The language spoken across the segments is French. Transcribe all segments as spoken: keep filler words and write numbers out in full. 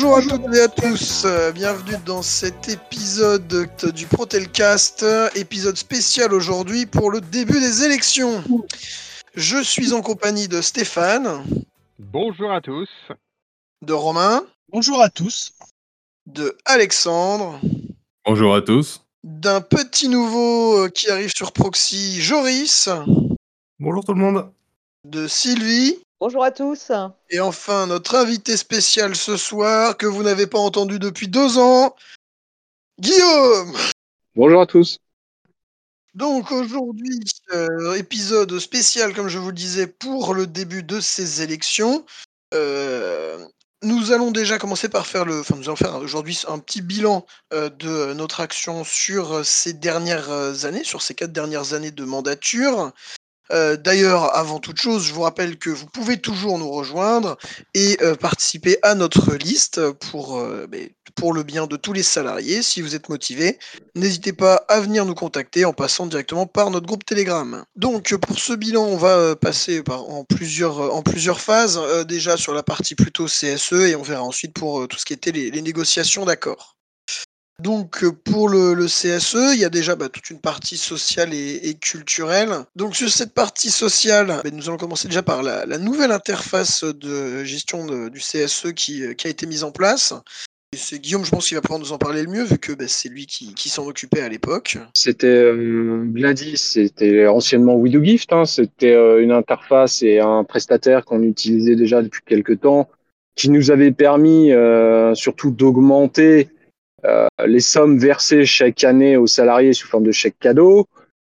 Bonjour à toutes et à tous, euh, bienvenue dans cet épisode du Protelcast, épisode spécial aujourd'hui pour le début des élections. Je suis en compagnie de Stéphane. Bonjour à tous. De Romain. Bonjour à tous. De Alexandre. Bonjour à tous. D'un petit nouveau qui arrive sur Proxy, Joris. Bonjour tout le monde. De Sylvie. Bonjour à tous. Et enfin, notre invité spécial ce soir, que vous n'avez pas entendu depuis deux ans, Guillaume. Bonjour à tous. Donc aujourd'hui, euh, épisode spécial, comme je vous le disais, pour le début de ces élections. Euh, nous allons déjà commencer par faire le... Enfin, nous allons faire aujourd'hui un petit bilan euh, de notre action sur ces dernières années, sur ces quatre dernières années de mandature. Euh, D'ailleurs, avant toute chose, je vous rappelle que vous pouvez toujours nous rejoindre et euh, participer à notre liste pour, euh, pour le bien de tous les salariés. Si vous êtes motivé, n'hésitez pas à venir nous contacter en passant directement par notre groupe Telegram. Donc, pour ce bilan, on va passer par, en, plusieurs, en plusieurs phases. Euh, déjà sur la partie plutôt C S E et on verra ensuite pour euh, tout ce qui était les, les négociations d'accords. Donc pour le, le C S E, il y a déjà bah, toute une partie sociale et, et culturelle. Donc sur cette partie sociale, bah, nous allons commencer déjà par la, la nouvelle interface de gestion de, du C S E qui, qui a été mise en place. Et c'est Guillaume, je pense, qui va pouvoir nous en parler le mieux, vu que bah, c'est lui qui, qui s'en occupait à l'époque. C'était euh, Gladys, c'était anciennement WidowGift, hein, c'était euh, une interface et un prestataire qu'on utilisait déjà depuis quelques temps, qui nous avait permis euh, surtout d'augmenter euh, les sommes versées chaque année aux salariés sous forme de chèques cadeaux.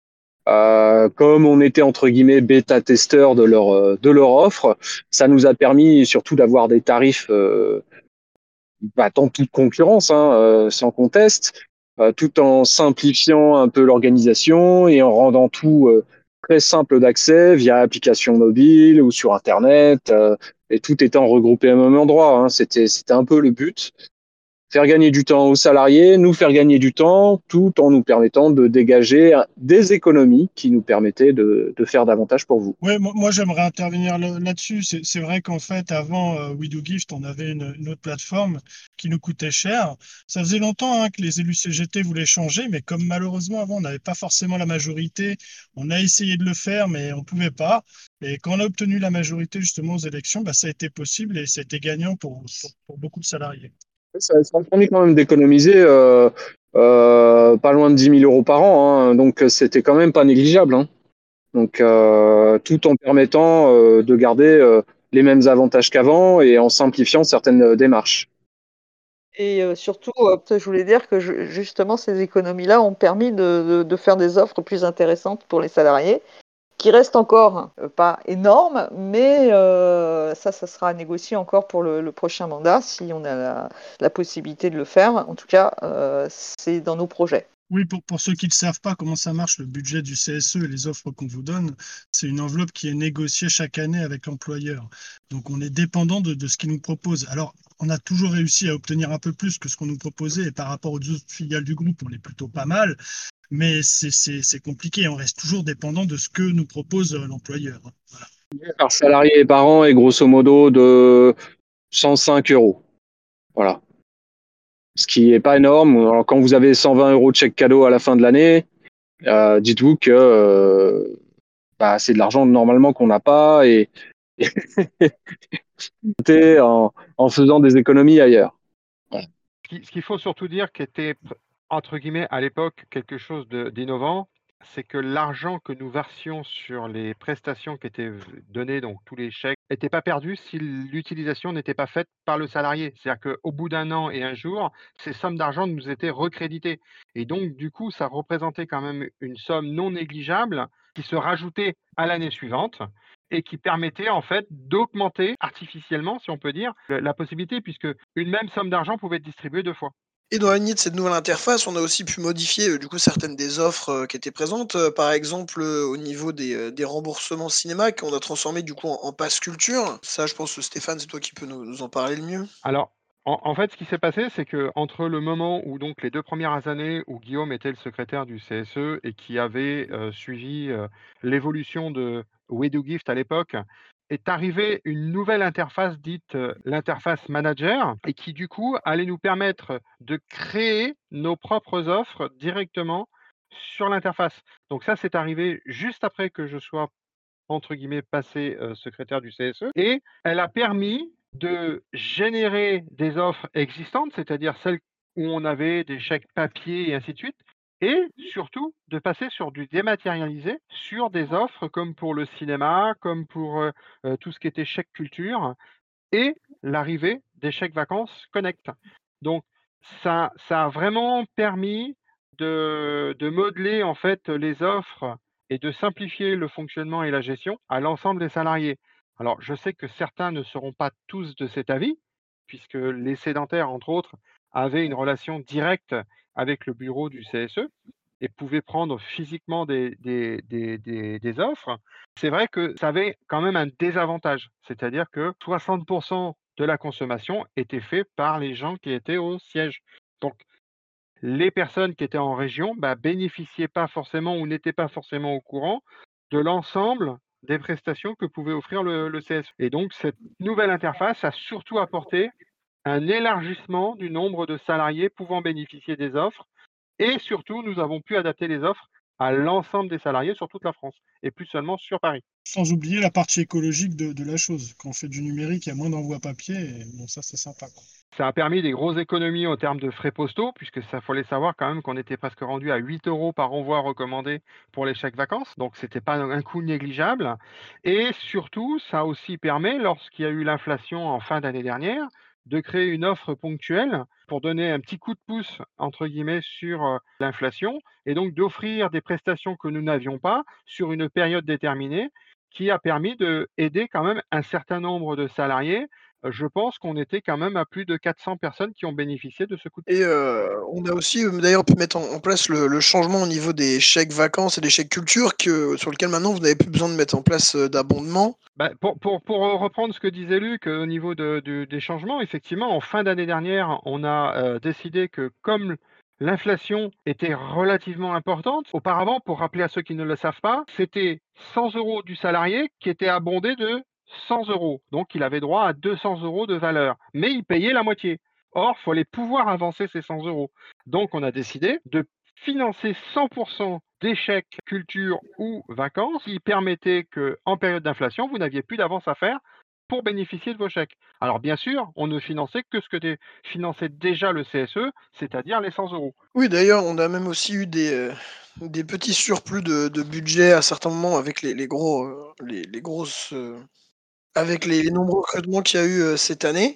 Euh, comme on était entre guillemets bêta-testeurs de leur, de leur offre, ça nous a permis surtout d'avoir des tarifs euh, battant toute concurrence, hein, euh, sans conteste, euh, tout en simplifiant un peu l'organisation et en rendant tout euh, très simple d'accès via application mobile ou sur Internet, euh, et tout étant regroupé au même endroit. Hein. C'était, c'était un peu le but. Faire gagner du temps aux salariés, nous faire gagner du temps, tout en nous permettant de dégager des économies qui nous permettaient de, de faire davantage pour vous. Oui, moi j'aimerais intervenir là-dessus. C'est, c'est vrai qu'en fait, avant euh, WidowGift, on avait une, une autre plateforme qui nous coûtait cher. Ça faisait longtemps hein, que les élus C G T voulaient changer, mais comme malheureusement avant, on n'avait pas forcément la majorité, on a essayé de le faire, mais on ne pouvait pas. Et quand on a obtenu la majorité justement aux élections, bah, ça a été possible et ça a été gagnant pour, pour, pour beaucoup de salariés. Ça, ça a permis quand même d'économiser euh, euh, pas loin de dix mille euros par an, hein, donc c'était quand même pas négligeable. Hein. Donc, euh, tout en permettant euh, de garder euh, les mêmes avantages qu'avant et en simplifiant certaines euh, démarches. Et euh, surtout, euh, je voulais dire que je, justement, ces économies-là ont permis de, de, de faire des offres plus intéressantes pour les salariés, qui restent encore euh, pas énormes, mais euh, ça, ça sera à négocier encore pour le, le prochain mandat, si on a la, la possibilité de le faire. En tout cas, euh, c'est dans nos projets. Oui, pour, pour ceux qui ne savent pas comment ça marche, le budget du C S E et les offres qu'on vous donne, c'est une enveloppe qui est négociée chaque année avec l'employeur. Donc on est dépendant de, de ce qu'il nous propose. Alors, on a toujours réussi à obtenir un peu plus que ce qu'on nous proposait, et par rapport aux autres filiales du groupe, on est plutôt pas mal, mais c'est, c'est, c'est compliqué, on reste toujours dépendant de ce que nous propose l'employeur. Voilà. Par salarié et par an est grosso modo de cent cinq euros. Voilà. Ce qui n'est pas énorme. Alors, quand vous avez cent vingt euros de chèque cadeau à la fin de l'année, euh, dites-vous que euh, bah, c'est de l'argent normalement qu'on n'a pas et, et en, en faisant des économies ailleurs. Voilà. Ce qu'il faut surtout dire qui était, entre guillemets, à l'époque, quelque chose de, d'innovant, c'est que l'argent que nous versions sur les prestations qui étaient données, donc tous les chèques, n'était pas perdu si l'utilisation n'était pas faite par le salarié. C'est-à-dire qu'au bout d'un an et un jour, ces sommes d'argent nous étaient recréditées. Et donc, du coup, ça représentait quand même une somme non négligeable qui se rajoutait à l'année suivante et qui permettait en fait d'augmenter artificiellement, si on peut dire, la possibilité, puisque une même somme d'argent pouvait être distribuée deux fois. Et dans la lignée de cette nouvelle interface, on a aussi pu modifier euh, du coup certaines des offres euh, qui étaient présentes. Euh, par exemple, euh, au niveau des, euh, des remboursements cinéma qu'on a transformé du coup en, en passe culture. Ça, je pense que Stéphane, c'est toi qui peux nous, nous en parler le mieux. Alors, en, en fait, ce qui s'est passé, c'est que entre le moment où donc les deux premières années où Guillaume était le secrétaire du C S E et qui avait euh, suivi euh, l'évolution de WidowGift à l'époque, est arrivée une nouvelle interface dite euh, l'interface manager et qui du coup allait nous permettre de créer nos propres offres directement sur l'interface. Donc ça, c'est arrivé juste après que je sois entre guillemets passé euh, secrétaire du C S E et elle a permis de générer des offres existantes, c'est-à-dire celles où on avait des chèques papier et ainsi de suite, et surtout de passer sur du dématérialisé, sur des offres comme pour le cinéma, comme pour euh, euh, tout ce qui était chèque culture, et l'arrivée des chèques vacances Connect. Donc ça, ça a vraiment permis de, de modeler en fait les offres et de simplifier le fonctionnement et la gestion à l'ensemble des salariés. Alors je sais que certains ne seront pas tous de cet avis, puisque les sédentaires, entre autres, avaient une relation directe avec le bureau du C S E et pouvaient prendre physiquement des, des, des, des, des offres. C'est vrai que ça avait quand même un désavantage, c'est-à-dire que soixante pour cent de la consommation était fait par les gens qui étaient au siège. Donc, les personnes qui étaient en région bah, bénéficiaient pas forcément ou n'étaient pas forcément au courant de l'ensemble des prestations que pouvait offrir le, le C S E. Et donc, cette nouvelle interface a surtout apporté un élargissement du nombre de salariés pouvant bénéficier des offres. Et surtout, nous avons pu adapter les offres à l'ensemble des salariés sur toute la France et plus seulement sur Paris. Sans oublier la partie écologique de, de la chose. Quand on fait du numérique, il y a moins d'envoi papier, et bon, ça c'est sympa, quoi. Ça a permis des grosses économies en termes de frais postaux, puisque ça fallait savoir quand même qu'on était presque rendu à huit euros par envoi recommandé pour les chèques vacances. Donc, ce n'était pas un coût négligeable. Et surtout, ça a aussi permis, lorsqu'il y a eu l'inflation en fin d'année dernière, de créer une offre ponctuelle pour donner un petit coup de pouce, entre guillemets, sur euh, l'inflation et donc d'offrir des prestations que nous n'avions pas sur une période déterminée qui a permis d'aider quand même un certain nombre de salariés. Euh, Je pense qu'on était quand même à plus de quatre cents personnes qui ont bénéficié de ce coup de pouce. Et euh, on a aussi euh, d'ailleurs pu mettre en, en place le, le changement au niveau des chèques vacances et des chèques culture que, sur lequel maintenant vous n'avez plus besoin de mettre en place euh, d'abondement. Bah, pour, pour, pour euh, reprendre ce que disait Luc euh, au niveau de, de- des changements, effectivement, en fin d'année dernière, on a euh, décidé que comme l'inflation était relativement importante, auparavant, pour rappeler à ceux qui ne le savent pas, c'était cent euros du salarié qui était abondé de cent euros. Donc, il avait droit à deux cents euros de valeur, mais il payait la moitié. Or, il fallait pouvoir avancer ces cent euros. Donc, on a décidé de financer cent pour cent des chèques culture ou vacances qui permettaient que, en période d'inflation, vous n'aviez plus d'avance à faire pour bénéficier de vos chèques. Alors bien sûr, on ne finançait que ce que dé- finançait déjà le C S E, c'est-à-dire les cent euros. Oui, d'ailleurs, on a même aussi eu des, euh, des petits surplus de, de budget à certains moments avec les, les gros, euh, les, les grosses, euh, avec les, les nombreux recrutements qu'il y a eu euh, cette année.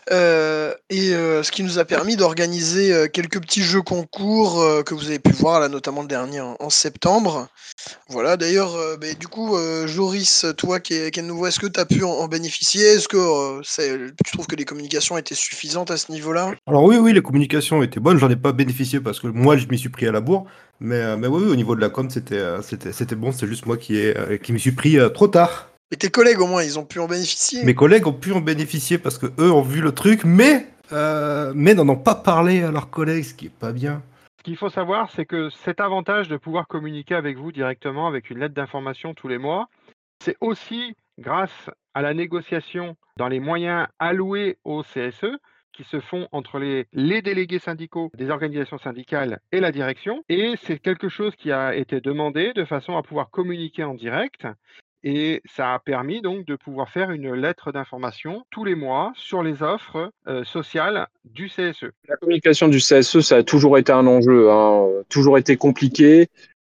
Euh, et euh, ce qui nous a permis d'organiser euh, quelques petits jeux concours euh, que vous avez pu voir, là, notamment le dernier en, en septembre. Voilà, d'ailleurs, euh, bah, du coup, euh, Joris, toi qui es, qui es nouveau, est-ce que tu as pu en, en bénéficier? Est-ce que euh, c'est- tu trouves que les communications étaient suffisantes à ce niveau-là? Alors oui, oui, les communications étaient bonnes, j'en ai pas bénéficié parce que moi je m'y suis pris à la bourre, mais, euh, mais oui, oui, au niveau de la com, c'était euh, c'était, c'était bon, c'est juste moi qui, ai, euh, qui m'y suis pris euh, trop tard. Et tes collègues, au moins, ils ont pu en bénéficier? Mes collègues ont pu en bénéficier parce que eux ont vu le truc, mais, euh, mais n'en ont pas parlé à leurs collègues, ce qui est pas bien. Ce qu'il faut savoir, c'est que cet avantage de pouvoir communiquer avec vous directement avec une lettre d'information tous les mois, c'est aussi grâce à la négociation dans les moyens alloués au C S E qui se font entre les, les délégués syndicaux des organisations syndicales et la direction. Et c'est quelque chose qui a été demandé de façon à pouvoir communiquer en direct. Et ça a permis donc de pouvoir faire une lettre d'information tous les mois sur les offres euh, sociales du C S E. La communication du C S E, ça a toujours été un enjeu, hein, toujours été compliqué.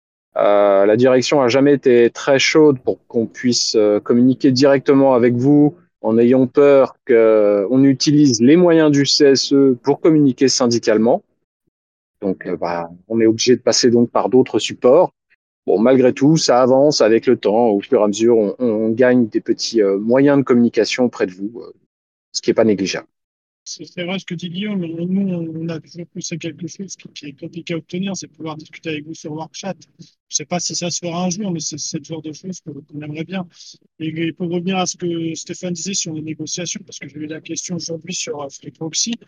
Euh, la direction a jamais été très chaude pour qu'on puisse euh, communiquer directement avec vous en ayant peur qu'on utilise les moyens du C S E pour communiquer syndicalement. Donc, euh, bah, on est obligé de passer donc par d'autres supports. Bon, malgré tout, ça avance avec le temps. Au fur et à mesure, on, on gagne des petits euh, moyens de communication auprès de vous, euh, ce qui n'est pas négligeable. C'est c'est vrai ce que dit Guillaume, mais nous, on a toujours poussé quelque chose qui, qui est compliqué à obtenir, c'est pouvoir discuter avec vous sur Workchat. Je ne sais pas si ça se fera un jour, mais c'est c'est le genre de choses que- qu'on aimerait bien. Et, et pour revenir à ce que Stéphane disait sur les négociations, parce que j'ai eu la question aujourd'hui sur euh, Free Proxy,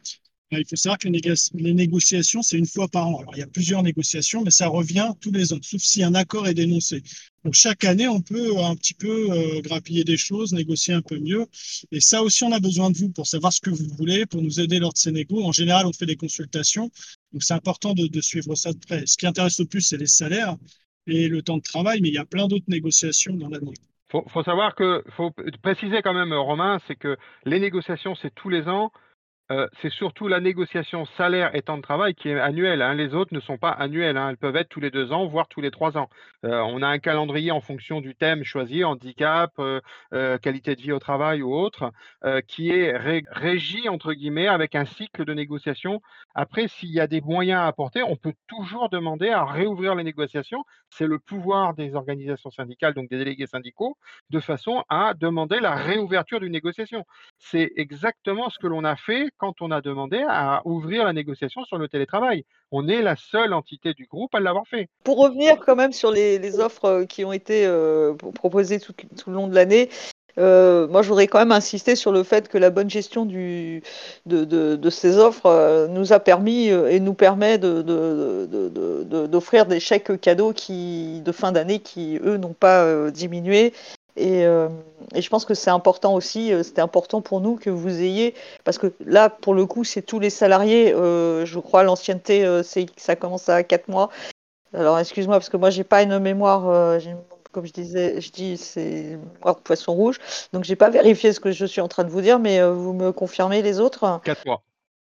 Il faut savoir que les, négo- les négociations, c'est une fois par an. Alors, il y a plusieurs négociations, mais ça revient tous les ans, sauf si un accord est dénoncé. Donc, chaque année, on peut un petit peu euh, grappiller des choses, négocier un peu mieux. Et ça aussi, on a besoin de vous pour savoir ce que vous voulez, pour nous aider lors de ces négos. En général, on fait des consultations. Donc, c'est important de, de suivre ça de près. Ce qui intéresse le plus, c'est les salaires et le temps de travail, mais il y a plein d'autres négociations dans l'année. Faut, faut savoir que, faut préciser quand même, Romain, c'est que les négociations, c'est tous les ans. Euh, c'est surtout la négociation salaire et temps de travail qui est annuelle, hein. Les autres ne sont pas annuelles, hein. Elles peuvent être tous les deux ans, voire tous les trois ans. Euh, on a un calendrier en fonction du thème choisi, handicap, euh, euh, qualité de vie au travail ou autre, euh, qui est ré- régi, entre guillemets, avec un cycle de négociation. Après, s'il y a des moyens à apporter, on peut toujours demander à réouvrir les négociations. C'est le pouvoir des organisations syndicales, donc des délégués syndicaux, de façon à demander la réouverture d'une négociation. C'est exactement ce que l'on a fait quand on a demandé à ouvrir la négociation sur le télétravail. On est la seule entité du groupe à l'avoir fait. Pour revenir quand même sur les, les offres euh, qui ont été euh, proposées tout, tout le long de l'année, euh, moi je voudrais quand même insister sur le fait que la bonne gestion du, de, de, de ces offres euh, nous a permis euh, et nous permet de, de, de, de, de- d'offrir des chèques cadeaux qui, de fin d'année qui, eux, n'ont pas euh, diminué. Et, euh, et je pense que c'est important aussi, euh, c'était important pour nous que vous ayez, parce que là, pour le coup, c'est tous les salariés, euh, je crois, l'ancienneté, euh, c'est, ça commence à quatre mois. Alors, excuse-moi, parce que moi, j'ai pas une mémoire, euh, j'ai- comme je disais, je dis, c'est une mémoire de poisson rouge, donc j'ai pas vérifié ce que je suis en train de vous dire, mais euh, vous me confirmez les autres? Quatre mois.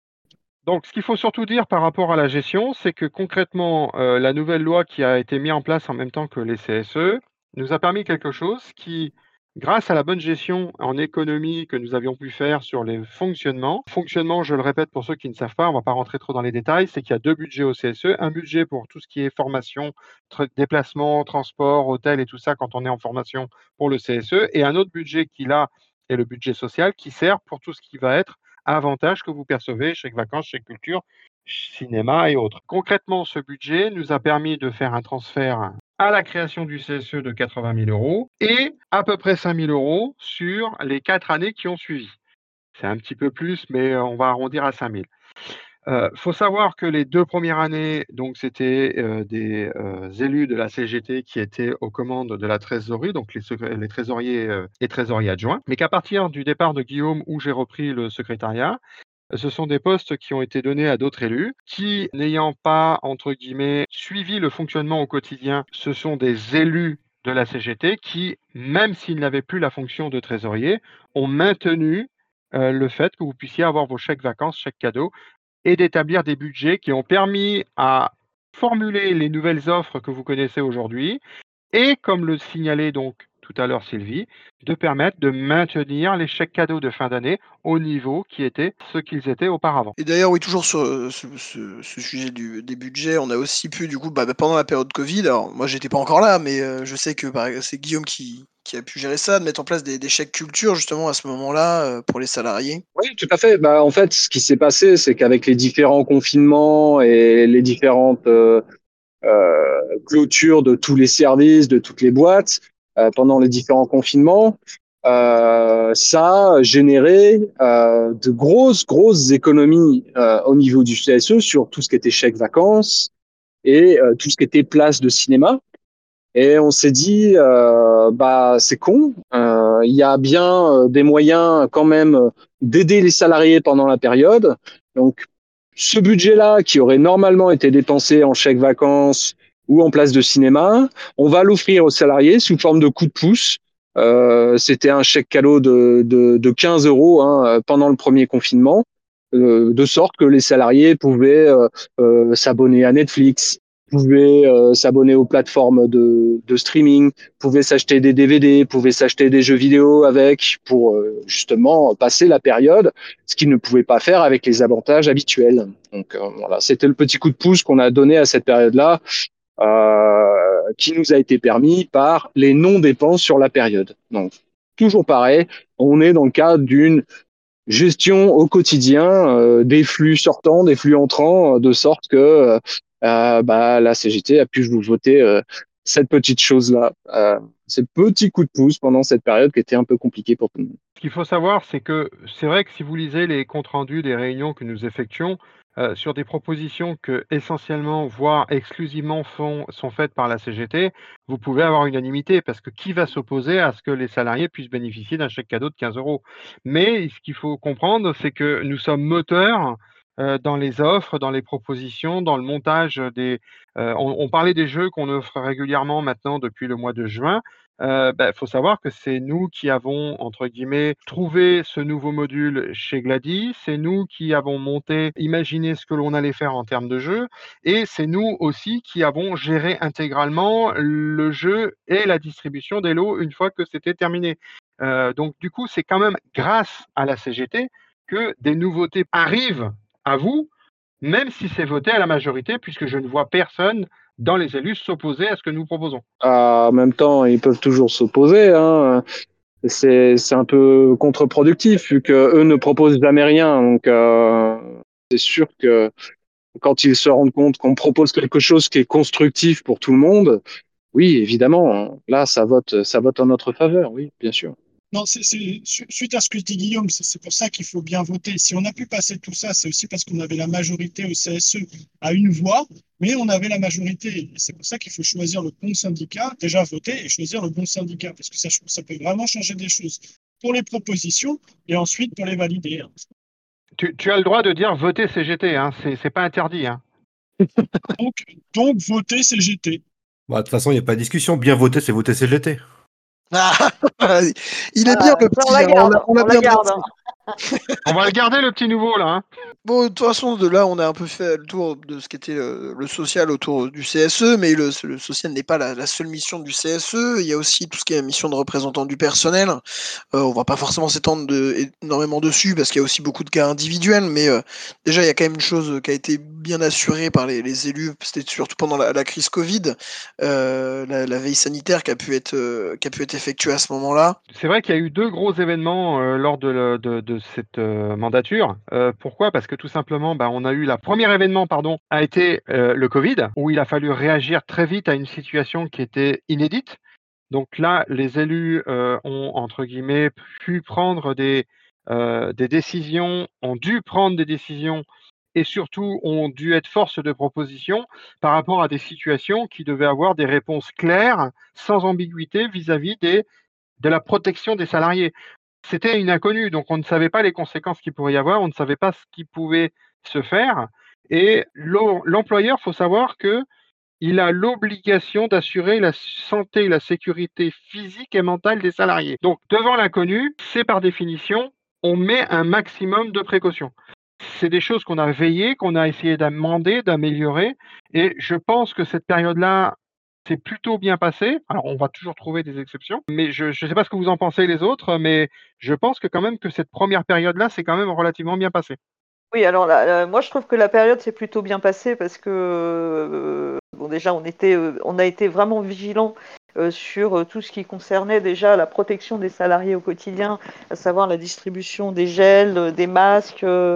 Donc, ce qu'il faut surtout dire par rapport à la gestion, c'est que concrètement, euh, la nouvelle loi qui a été mise en place en même temps que les C S E nous a permis quelque chose qui, grâce à la bonne gestion en économie que nous avions pu faire sur les fonctionnements, fonctionnement, je le répète pour ceux qui ne savent pas, on ne va pas rentrer trop dans les détails, c'est qu'il y a deux budgets au C S E, un budget pour tout ce qui est formation, tra- déplacement, transport, hôtel et tout ça quand on est en formation pour le C S E, et un autre budget qui là est le budget social qui sert pour tout ce qui va être avantages que vous percevez, chèque vacances, chèque culture, cinéma et autres. Concrètement, ce budget nous a permis de faire un transfert à la création du C S E de quatre-vingt mille euros et à peu près cinq mille euros sur les quatre années qui ont suivi. C'est un petit peu plus, mais on va arrondir à cinq mille. Il euh, faut savoir que les deux premières années, donc c'était euh, des euh, élus de la C G T qui étaient aux commandes de la trésorerie, donc les, secré- les trésoriers euh, et trésoriers adjoints, mais qu'à partir du départ de Guillaume, où j'ai repris le secrétariat, ce sont des postes qui ont été donnés à d'autres élus qui, n'ayant pas, entre guillemets, suivi le fonctionnement au quotidien, ce sont des élus de la C G T qui, même s'ils n'avaient plus la fonction de trésorier, ont maintenu euh, le fait que vous puissiez avoir vos chèques vacances, chèques cadeaux, et d'établir des budgets qui ont permis à formuler les nouvelles offres que vous connaissez aujourd'hui et, comme le signalait donc tout à l'heure Sylvie, de permettre de maintenir les chèques cadeaux de fin d'année au niveau qui était ce qu'ils étaient auparavant. Et d'ailleurs, oui, toujours sur euh, ce, ce- ce sujet du- des budgets, on a aussi pu, du coup, bah, bah, pendant la période Covid, alors moi j'étais pas encore là, mais euh, je sais que par- c'est Guillaume qui, qui a pu gérer ça, de mettre en place des, des chèques culture justement à ce moment-là euh, pour les salariés. Oui, tout à fait. Bah, en fait, ce qui s'est passé, c'est qu'avec les différents confinements et les différentes euh, euh, clôtures de tous les services, de toutes les boîtes, euh, pendant les différents confinements, euh, ça a généré euh, de grosses, grosses économies euh, au niveau du C S E sur tout ce qui était chèques vacances et euh, tout ce qui était place de cinéma. Et on s'est dit, euh, bah c'est con, euh, il y a bien euh, des moyens quand même d'aider les salariés pendant la période. Donc ce budget-là, qui aurait normalement été dépensé en chèques vacances ou en place de cinéma, on va l'offrir aux salariés sous forme de coup de pouce. Euh, c'était un chèque cadeau de, de, de quinze euros hein, pendant le premier confinement, euh, de sorte que les salariés pouvaient euh, euh, s'abonner à Netflix, pouvaient euh, s'abonner aux plateformes de, de streaming, pouvaient s'acheter des D V D, pouvaient s'acheter des jeux vidéo avec pour euh, justement passer la période, ce qu'ils ne pouvaient pas faire avec les avantages habituels. Donc euh, voilà, c'était le petit coup de pouce qu'on a donné à cette période-là, euh, qui nous a été permis par les non-dépenses sur la période. Donc toujours pareil, on est dans le cadre d'une gestion au quotidien euh, des flux sortants, des flux entrants, euh, de sorte que euh, euh, bah, la C G T a pu vous voter euh, cette petite chose-là, euh, ces petits coups de pouce pendant cette période qui était un peu compliquée pour tout le monde. Ce qu'il faut savoir, c'est que c'est vrai que si vous lisez les comptes rendus des réunions que nous effectuons, euh, sur des propositions que essentiellement, voire exclusivement font, sont faites par la C G T, vous pouvez avoir unanimité parce que qui va s'opposer à ce que les salariés puissent bénéficier d'un chèque cadeau de quinze euros? Mais ce qu'il faut comprendre, c'est que nous sommes moteurs euh, dans les offres, dans les propositions, dans le montage des. euh, on, on parlait des jeux qu'on offre régulièrement maintenant depuis le mois de juin. Il euh, bah, faut savoir que c'est nous qui avons, entre guillemets, trouvé ce nouveau module chez Glady, c'est nous qui avons monté, imaginé ce que l'on allait faire en termes de jeu, et c'est nous aussi qui avons géré intégralement le jeu et la distribution des lots une fois que c'était terminé. Euh, donc du coup, c'est quand même grâce à la C G T que des nouveautés arrivent à vous, même si c'est voté à la majorité, puisque je ne vois personne dans les élus s'opposer à ce que nous proposons. Ah, en même temps, ils peuvent toujours s'opposer. Hein. C'est, c'est un peu contre-productif vu que eux ne proposent jamais rien. Donc, euh, c'est sûr que quand ils se rendent compte qu'on propose quelque chose qui est constructif pour tout le monde, oui, évidemment, là, ça vote, ça vote en notre faveur. Oui, bien sûr. Non, c'est, c'est- su- suite à ce que dit Guillaume, c'est c'est pour ça qu'il faut bien voter. Si on a pu passer tout ça, c'est aussi parce qu'on avait la majorité au C S E à une voix, mais on avait la majorité. Et c'est pour ça qu'il faut choisir le bon syndicat, déjà voter et choisir le bon syndicat, parce que ça, ça peut vraiment changer des choses pour les propositions et ensuite pour les valider. hein. Tu, tu as le droit de dire voter C G T, hein, c'est, c'est pas interdit. Hein. Donc, donc voter C G T. Bah, de toute façon, il n'y a pas de discussion. Bien voter, c'est voter C G T. Ah, il est bien Ah, le ça, petit, on la hein, on garde, l'a on l'a on la bien garde. dressé. hein. On va le garder, le petit nouveau, là. Hein. Bon, de toute façon, de là, on a un peu fait le tour de ce qu'était le, le social autour du C S E, mais le, le social n'est pas la, la seule mission du C S E. Il y a aussi tout ce qui est la mission de représentant du personnel. Euh, on va pas forcément s'étendre de, énormément dessus parce qu'il y a aussi beaucoup de cas individuels, mais euh, déjà, il y a quand même une chose qui a été bien assurée par les, les élus, c'était surtout pendant la, la crise Covid, euh, la, la veille sanitaire qui a pu être, euh, qui a pu être effectuée à ce moment-là. C'est vrai qu'il y a eu deux gros événements euh, lors de, le- de- de cette euh, mandature. Euh, pourquoi? Parce que tout simplement, bah, on a eu la premier événement, pardon, a été euh, le Covid, où il a fallu réagir très vite à une situation qui était inédite. Donc là, les élus euh, ont, entre guillemets, pu prendre des, euh, des décisions, ont dû prendre des décisions et surtout ont dû être force de proposition par rapport à des situations qui devaient avoir des réponses claires, sans ambiguïté vis-à-vis des, de la protection des salariés. C'était une inconnue, donc on ne savait pas les conséquences qu'il pourrait y avoir, on ne savait pas ce qui pouvait se faire. Et l'o- l'employeur, il faut savoir que il a l'obligation d'assurer la santé et la sécurité physique et mentale des salariés. Donc, devant l'inconnu, c'est par définition, on met un maximum de précautions. C'est des choses qu'on a veillées, qu'on a essayé d'amender, d'améliorer. Et je pense que cette période-là, c'est plutôt bien passé. Alors, on va toujours trouver des exceptions, mais je ne sais pas ce que vous en pensez les autres, mais je pense que quand même que cette première période-là, c'est quand même relativement bien passé. Oui, alors là, là, moi je trouve que la période s'est plutôt bien passée parce que euh, bon déjà on était, euh, on a été vraiment vigilants euh, sur euh, tout ce qui concernait déjà la protection des salariés au quotidien, à savoir la distribution des gels, euh, des masques, euh,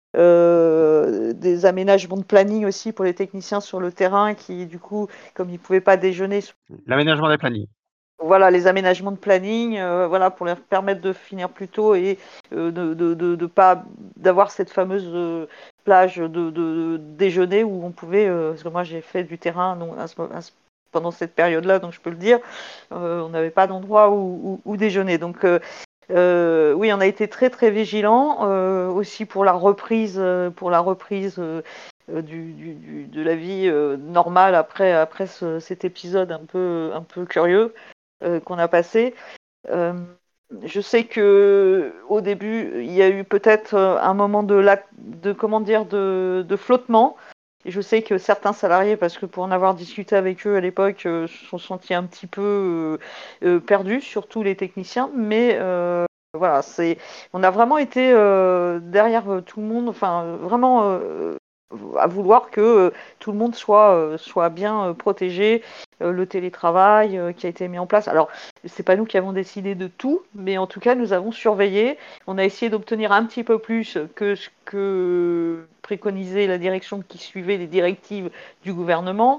euh, des aménagements de planning aussi pour les techniciens sur le terrain qui du coup, comme ils ne pouvaient pas déjeuner, L'aménagement des plannings. voilà les aménagements de planning, euh, voilà pour leur permettre de finir plus tôt et euh, de, de, de, de pas d'avoir cette fameuse euh, plage de, de, de déjeuner où on pouvait, euh, parce que moi j'ai fait du terrain donc, à ce, à ce, pendant cette période-là, donc je peux le dire, euh, on n'avait pas d'endroit où, où, où déjeuner. Donc euh, euh, oui, on a été très très vigilants euh, aussi pour la reprise, euh, pour la reprise. Euh, Du, du, du, de la vie euh, normale après, après ce, cet épisode un peu, un peu curieux euh, qu'on a passé. Euh, je sais que au début, il y a eu peut-être un moment de, la, de comment dire de, de flottement. Et je sais que certains salariés, parce que pour en avoir discuté avec eux à l'époque, euh, se sont sentis un petit peu euh, euh, perdus, surtout les techniciens. Mais euh, voilà, c'est, on a vraiment été euh, derrière tout le monde, enfin vraiment euh, à vouloir que euh, tout le monde soit, euh, soit bien euh, protégé, euh, le télétravail euh, qui a été mis en place. Alors, c'est pas nous qui avons décidé de tout, mais en tout cas, nous avons surveillé. On a essayé d'obtenir un petit peu plus que ce que préconisait la direction qui suivait les directives du gouvernement.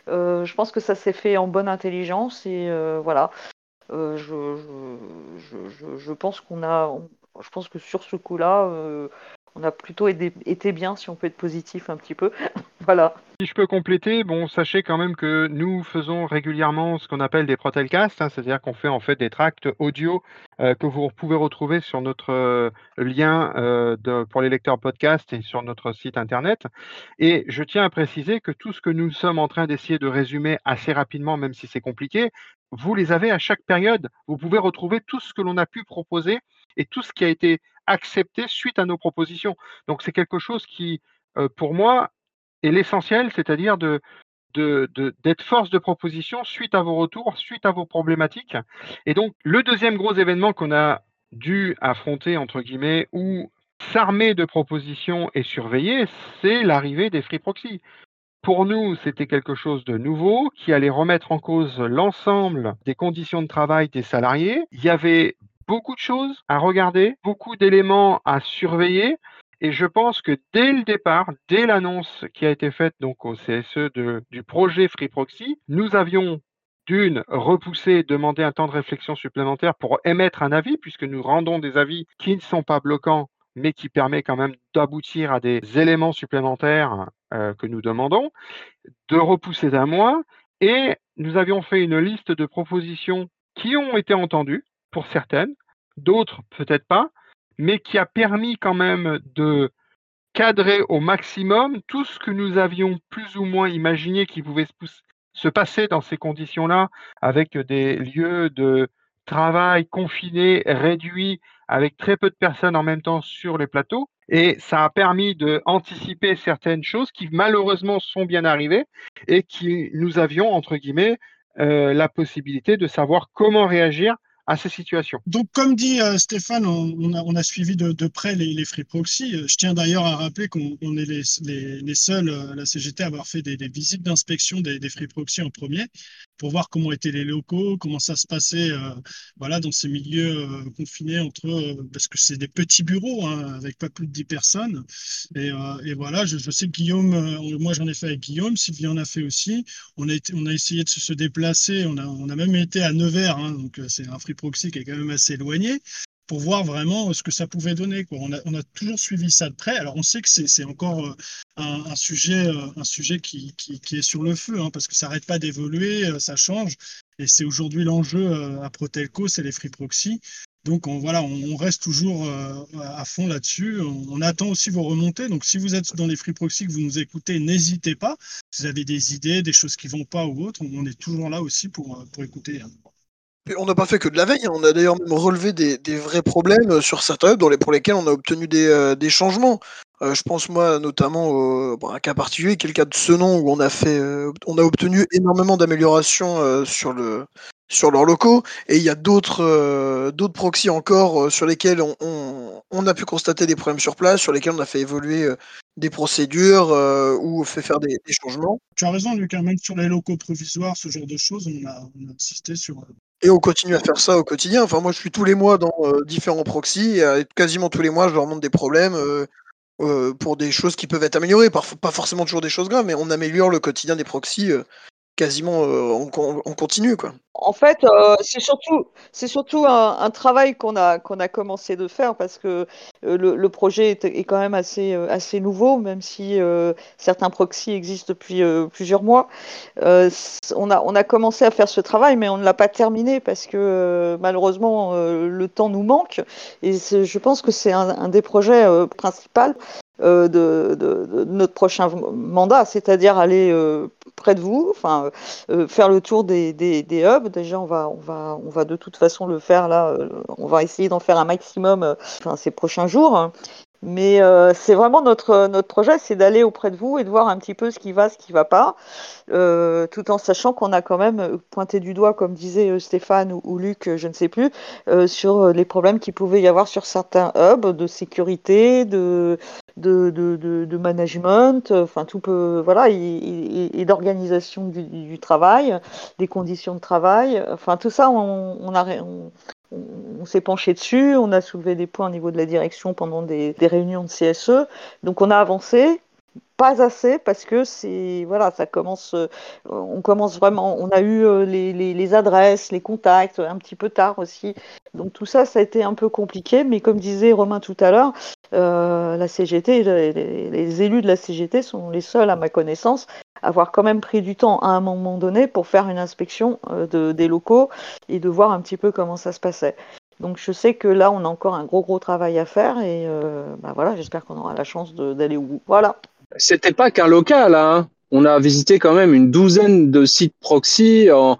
Euh, je pense que ça s'est fait en bonne intelligence et euh, voilà. Euh, je, je, je, je pense qu'on a, on- je pense que sur ce coup-là, euh, on a plutôt été, été bien, si on peut être positif un petit peu. Voilà. Si je peux compléter, bon, sachez quand même que nous faisons régulièrement ce qu'on appelle des protelcasts, hein, c'est-à-dire qu'on fait en fait des tracts audio euh, que vous pouvez retrouver sur notre euh, lien euh, de, pour les lecteurs podcast et sur notre site internet. Et je tiens à préciser que tout ce que nous sommes en train d'essayer de résumer assez rapidement, même si c'est compliqué, vous les avez à chaque période. Vous pouvez retrouver tout ce que l'on a pu proposer et tout ce qui a été accepté suite à nos propositions. Donc c'est quelque chose qui, euh, pour moi, est l'essentiel, c'est-à-dire de, de, de- d'être force de proposition suite à vos retours, suite à vos problématiques. Et donc, le deuxième gros événement qu'on a dû affronter, entre guillemets, ou s'armer de propositions et surveiller, c'est l'arrivée des free proxy. Pour nous, c'était quelque chose de nouveau qui allait remettre en cause l'ensemble des conditions de travail des salariés. Il y avait beaucoup de choses à regarder, beaucoup d'éléments à surveiller. Et je pense que dès le départ, dès l'annonce qui a été faite donc au C S E de- du projet Free Proxy, nous avions d'une repoussé, demandé un temps de réflexion supplémentaire pour émettre un avis, puisque nous rendons des avis qui ne sont pas bloquants, mais qui permet quand même d'aboutir à des éléments supplémentaires euh, que nous demandons, de repousser d'un mois. Et nous avions fait une liste de propositions qui ont été entendues, pour certaines, d'autres peut-être pas, mais qui a permis quand même de cadrer au maximum tout ce que nous avions plus ou moins imaginé qui pouvait se, pousse- se passer dans ces conditions-là, avec des lieux de travail confinés, réduits, avec très peu de personnes en même temps sur les plateaux. Et ça a permis d'anticiper certaines choses qui malheureusement sont bien arrivées et qui nous avions, entre guillemets, euh, la possibilité de savoir comment réagir à ces situations. Donc, comme dit euh, Stéphane, on, on a, on a suivi de, de près les, les free proxy. Euh, Je tiens d'ailleurs à rappeler qu'on on est les, les, les seuls, euh, la C G T, à avoir fait des, des visites d'inspection des, des free proxy en premier pour voir comment étaient les locaux, comment ça se passait euh, voilà, dans ces milieux euh, confinés entre eux, parce que c'est des petits bureaux hein, avec pas plus de dix personnes. Et, euh, et voilà, je, je sais que Guillaume, euh, moi j'en ai fait avec Guillaume, Sylvie en a fait aussi. On a, été, on a essayé de se, se déplacer, on a, on a même été à Nevers, hein, donc euh, c'est un free proxy qui est quand même assez éloigné, pour voir vraiment euh, ce que ça pouvait donner, quoi. On a, on a toujours suivi ça de près. Alors on sait que c'est c'est encore euh, un, un sujet, euh, un sujet qui, qui, qui est sur le feu, hein, parce que ça n'arrête pas d'évoluer, euh, ça change. Et c'est aujourd'hui l'enjeu euh, à Protelco, c'est les free proxy. Donc on, voilà, on, on reste toujours euh, à fond là-dessus. On, on attend aussi vos remontées. Donc si vous êtes dans les free proxy que vous nous écoutez, n'hésitez pas. Si vous avez des idées, des choses qui vont pas ou autre, on est toujours là aussi pour, pour écouter. Et on n'a pas fait que de la veille, hein. On a d'ailleurs même relevé des, des vrais problèmes euh, sur certains hubs dans les, pour lesquels on a obtenu des, euh, des changements. Euh, je pense moi notamment au, bon, un cas particulier qui est le cas de Senon où on a fait, euh, on a obtenu énormément d'améliorations euh, sur le sur leurs locaux. Et il y a d'autres euh, d'autres proxys encore euh, sur lesquels on, on, on a pu constater des problèmes sur place, sur lesquels on a fait évoluer euh, des procédures euh, ou fait faire des, des changements. Tu as raison, Lucas, même sur les locaux provisoires, ce genre de choses, on a, on a insisté sur. Et on continue à faire ça au quotidien. Enfin, moi, je suis tous les mois dans euh, différents proxys. Et, euh, quasiment tous les mois, je leur montre des problèmes euh, euh, pour des choses qui peuvent être améliorées. Parfois, pas forcément toujours des choses graves, mais on améliore le quotidien des proxys euh, quasiment euh, en, en- en continu, quoi. En fait, euh, c'est surtout, c'est surtout un, un travail qu'on a, qu'on a commencé de faire parce que euh, le, le projet est, est quand même assez, euh, assez nouveau, même si euh, certains proxys existent depuis euh, plusieurs mois. Euh, c- on a, on a commencé à faire ce travail, mais on ne l'a pas terminé parce que euh, malheureusement euh, le temps nous manque. Et c'est- je pense que c'est un, un des projets euh, principaux euh, de, de- de notre prochain mandat, c'est-à-dire aller euh, près de vous, enfin euh, faire le tour des, des, des hubs. Déjà, on va, on va, on va de toute façon le faire là. euh, on va essayer d'en faire un maximum, euh, enfin, ces prochains jours. Hein. Mais euh, c'est vraiment notre, notre projet, c'est d'aller auprès de vous et de voir un petit peu ce qui va, ce qui va pas, euh, tout en sachant qu'on a quand même pointé du doigt, comme disait euh, Stéphane ou, ou Luc, euh, je ne sais plus, euh, sur les problèmes qu'il pouvait y avoir sur certains hubs de sécurité, de, de, de, de, de management, enfin tout peut, voilà, et, et, et d'organisation du, du travail, des conditions de travail, enfin tout ça, on, on a, on, on s'est penché dessus, on a soulevé des points au niveau de la direction pendant des, des réunions de C S E, donc on a avancé. pas assez parce que c'est voilà, ça commence, euh, on commence vraiment, on a eu euh, les, les, les adresses, les contacts un petit peu tard aussi. Donc tout ça, ça a été un peu compliqué, mais comme disait Romain tout à l'heure, euh, la C G T, les, les- les élus de la C G T sont les seuls, à ma connaissance, à avoir quand même pris du temps à un moment donné pour faire une inspection euh, de, des locaux et de voir un petit peu comment ça se passait. Donc je sais que là, on a encore un gros gros travail à faire et euh, bah voilà, j'espère qu'on aura la chance de- d'aller au bout. Voilà. C'était pas qu'un local, hein. On a visité quand même une douzaine de sites proxy en,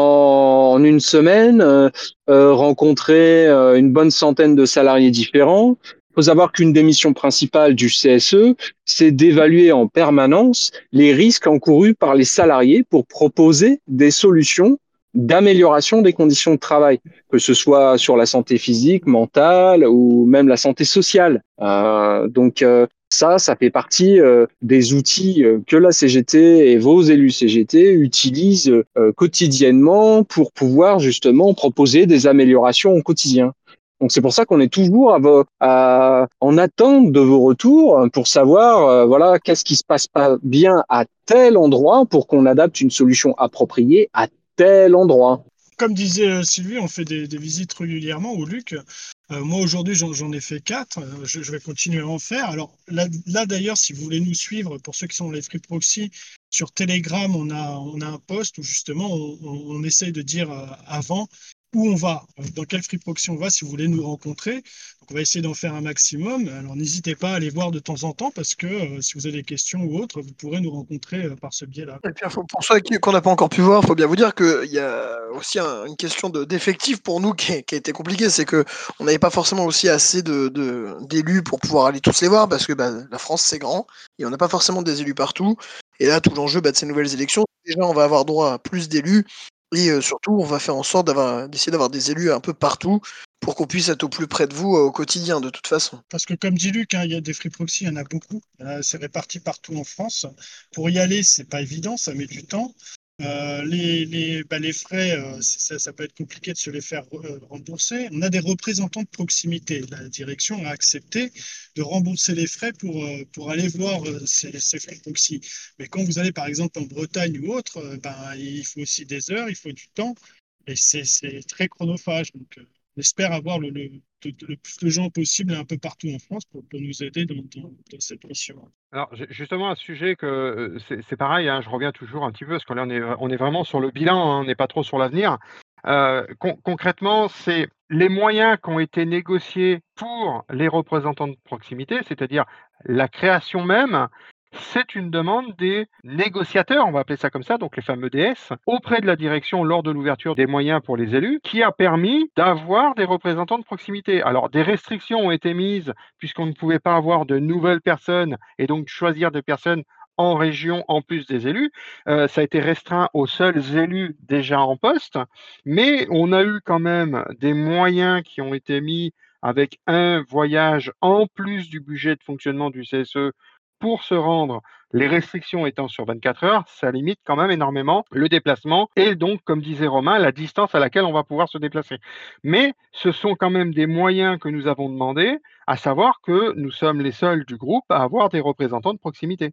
en, en une semaine, euh, euh, rencontré euh, une bonne centaine de salariés différents. Il faut savoir qu'une des missions principales du C S E, c'est d'évaluer en permanence les risques encourus par les salariés pour proposer des solutions d'amélioration des conditions de travail, que ce soit sur la santé physique, mentale ou même la santé sociale. Euh, donc, euh, ça, ça fait partie euh, des outils euh, que la C G T et vos élus C G T utilisent euh, quotidiennement pour pouvoir justement proposer des améliorations au quotidien. Donc c'est pour ça qu'on est toujours à vo- à- en attente de vos retours pour savoir euh, voilà qu'est-ce qui se passe pas bien à tel endroit pour qu'on adapte une solution appropriée à tel endroit. Comme disait euh, Sylvie, on fait des, des visites régulièrement au Luc. Euh, moi, aujourd'hui, j'en, j'en ai fait quatre. Euh, Je, je vais continuer à en faire. Alors là, là, d'ailleurs, si vous voulez nous suivre, pour ceux qui sont les Free Proxy, sur Telegram, on a, on a un post où justement, on, on- on essaye de dire euh, avant où on va, euh, dans quel Free Proxy on va, si vous voulez nous rencontrer. Donc, on va essayer d'en faire un maximum. Alors, n'hésitez pas à aller voir de temps en temps parce que euh, si vous avez des questions ou autres, vous pourrez nous rencontrer euh, par ce biais-là. Et puis, faut- pour ceux qui- qu'on n'a pas encore pu voir, il faut bien vous dire qu'il y a aussi un- une question de- d'effectifs pour nous qui, est- qui a été compliquée. C'est que on n'avait pas forcément aussi assez de, de- d'élus pour pouvoir aller tous les voir parce que bah, la France c'est grand et on n'a pas forcément des élus partout. Et là, tout l'enjeu bah, de ces nouvelles élections, déjà on va avoir droit à plus d'élus et euh, surtout on va faire en sorte d'avoir, d'essayer d'avoir des élus un peu partout pour qu'on puisse être au plus près de vous euh, au quotidien de toute façon. Parce que comme dit Luc, hein, il y a des free proxy, il y en a beaucoup. Euh, c'est réparti partout en France. Pour y aller, c'est pas évident, ça met du temps. Euh, les, les, bah, les frais, euh, c'est- ça, ça peut être compliqué de se les faire euh, rembourser. On a des représentants de proximité. La direction a accepté de rembourser les frais pour, euh, pour aller voir euh, ces, ces free proxy. Mais quand vous allez par exemple en Bretagne ou autre, euh, ben, il faut aussi des heures, il faut du temps. Et c'est c'est très chronophage. Donc, euh, on espère avoir le, le, de- de- le plus de gens possible un peu partout en France pour, pour nous aider dans, dans- dans cette mission. Alors, ju- justement, un sujet que euh, c'est c'est pareil, hein, je reviens toujours un petit peu, parce que là, on est, on est vraiment sur le bilan, hein, on n'est pas trop sur l'avenir. Euh, con- concrètement, c'est les moyens qui ont été négociés pour les représentants de proximité, c'est-à-dire la création même, c'est une demande des négociateurs, on va appeler ça comme ça, donc les fameux D S, auprès de la direction lors de l'ouverture des moyens pour les élus, qui a permis d'avoir des représentants de proximité. Alors, des restrictions ont été mises puisqu'on ne pouvait pas avoir de nouvelles personnes et donc choisir des personnes en région en plus des élus. Euh, ça a été restreint aux seuls élus déjà en poste, mais on a eu quand même des moyens qui ont été mis avec un voyage en plus du budget de fonctionnement du C S E pour se rendre, les restrictions étant sur vingt-quatre heures, ça limite quand même énormément le déplacement et donc, comme disait Romain, la distance à laquelle on va pouvoir se déplacer. Mais ce sont quand même des moyens que nous avons demandés, à savoir que nous sommes les seuls du groupe à avoir des représentants de proximité.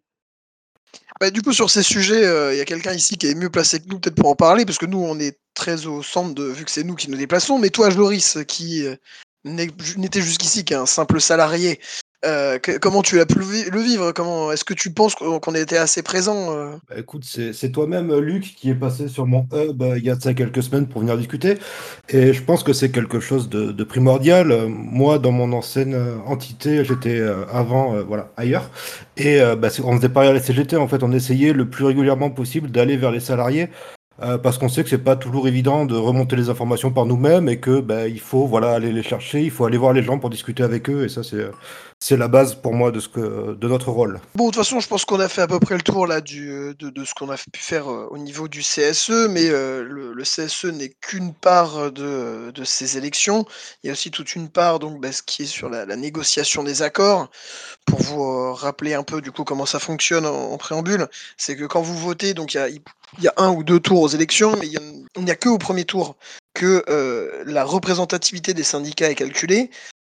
Bah, du coup, sur ces sujets, euh, il y a quelqu'un ici qui est mieux placé que nous, peut-être pour en parler, parce que nous, on est très au centre, de, vu que c'est nous qui nous déplaçons. Mais toi, Joris, qui euh, n'est- n'était jusqu'ici qu'un simple salarié, euh, que- comment tu as pu le vi- le vivre? Comment est-ce que tu penses qu'on qu'on a été assez présent euh Bah, écoute, c'est c'est toi-même, euh, Luc, qui est passé sur mon hub euh, il y a de ça quelques semaines pour venir discuter. Et je pense que c'est quelque chose de, de primordial. Euh, Moi, dans mon ancienne euh, entité, j'étais euh, avant euh, voilà, ailleurs. Et euh, bah, c'est- on faisait pareil à la C G T, en fait. On essayait le plus régulièrement possible d'aller vers les salariés. Euh, parce qu'on sait que c'est pas toujours évident de remonter les informations par nous-mêmes et que bah, il faut voilà aller les chercher, il faut aller voir les gens pour discuter avec eux et ça c'est c'est la base pour moi de ce que de notre rôle. Bon, de toute façon, je pense qu'on a fait à peu près le tour là du, euh, de, de ce qu'on a pu faire euh, au niveau du C S E, mais euh, le, le C S E n'est qu'une part de, de ces élections. Il y a aussi toute une part, donc, bah, ce qui est sur la, la négociation des accords. Pour vous euh, rappeler un peu du coup comment ça fonctionne en, en préambule, c'est que quand vous votez, donc il y a, il y a un ou deux tours aux élections, mais il y a- il n'y a que au premier tour que euh, la représentativité des syndicats est calculée.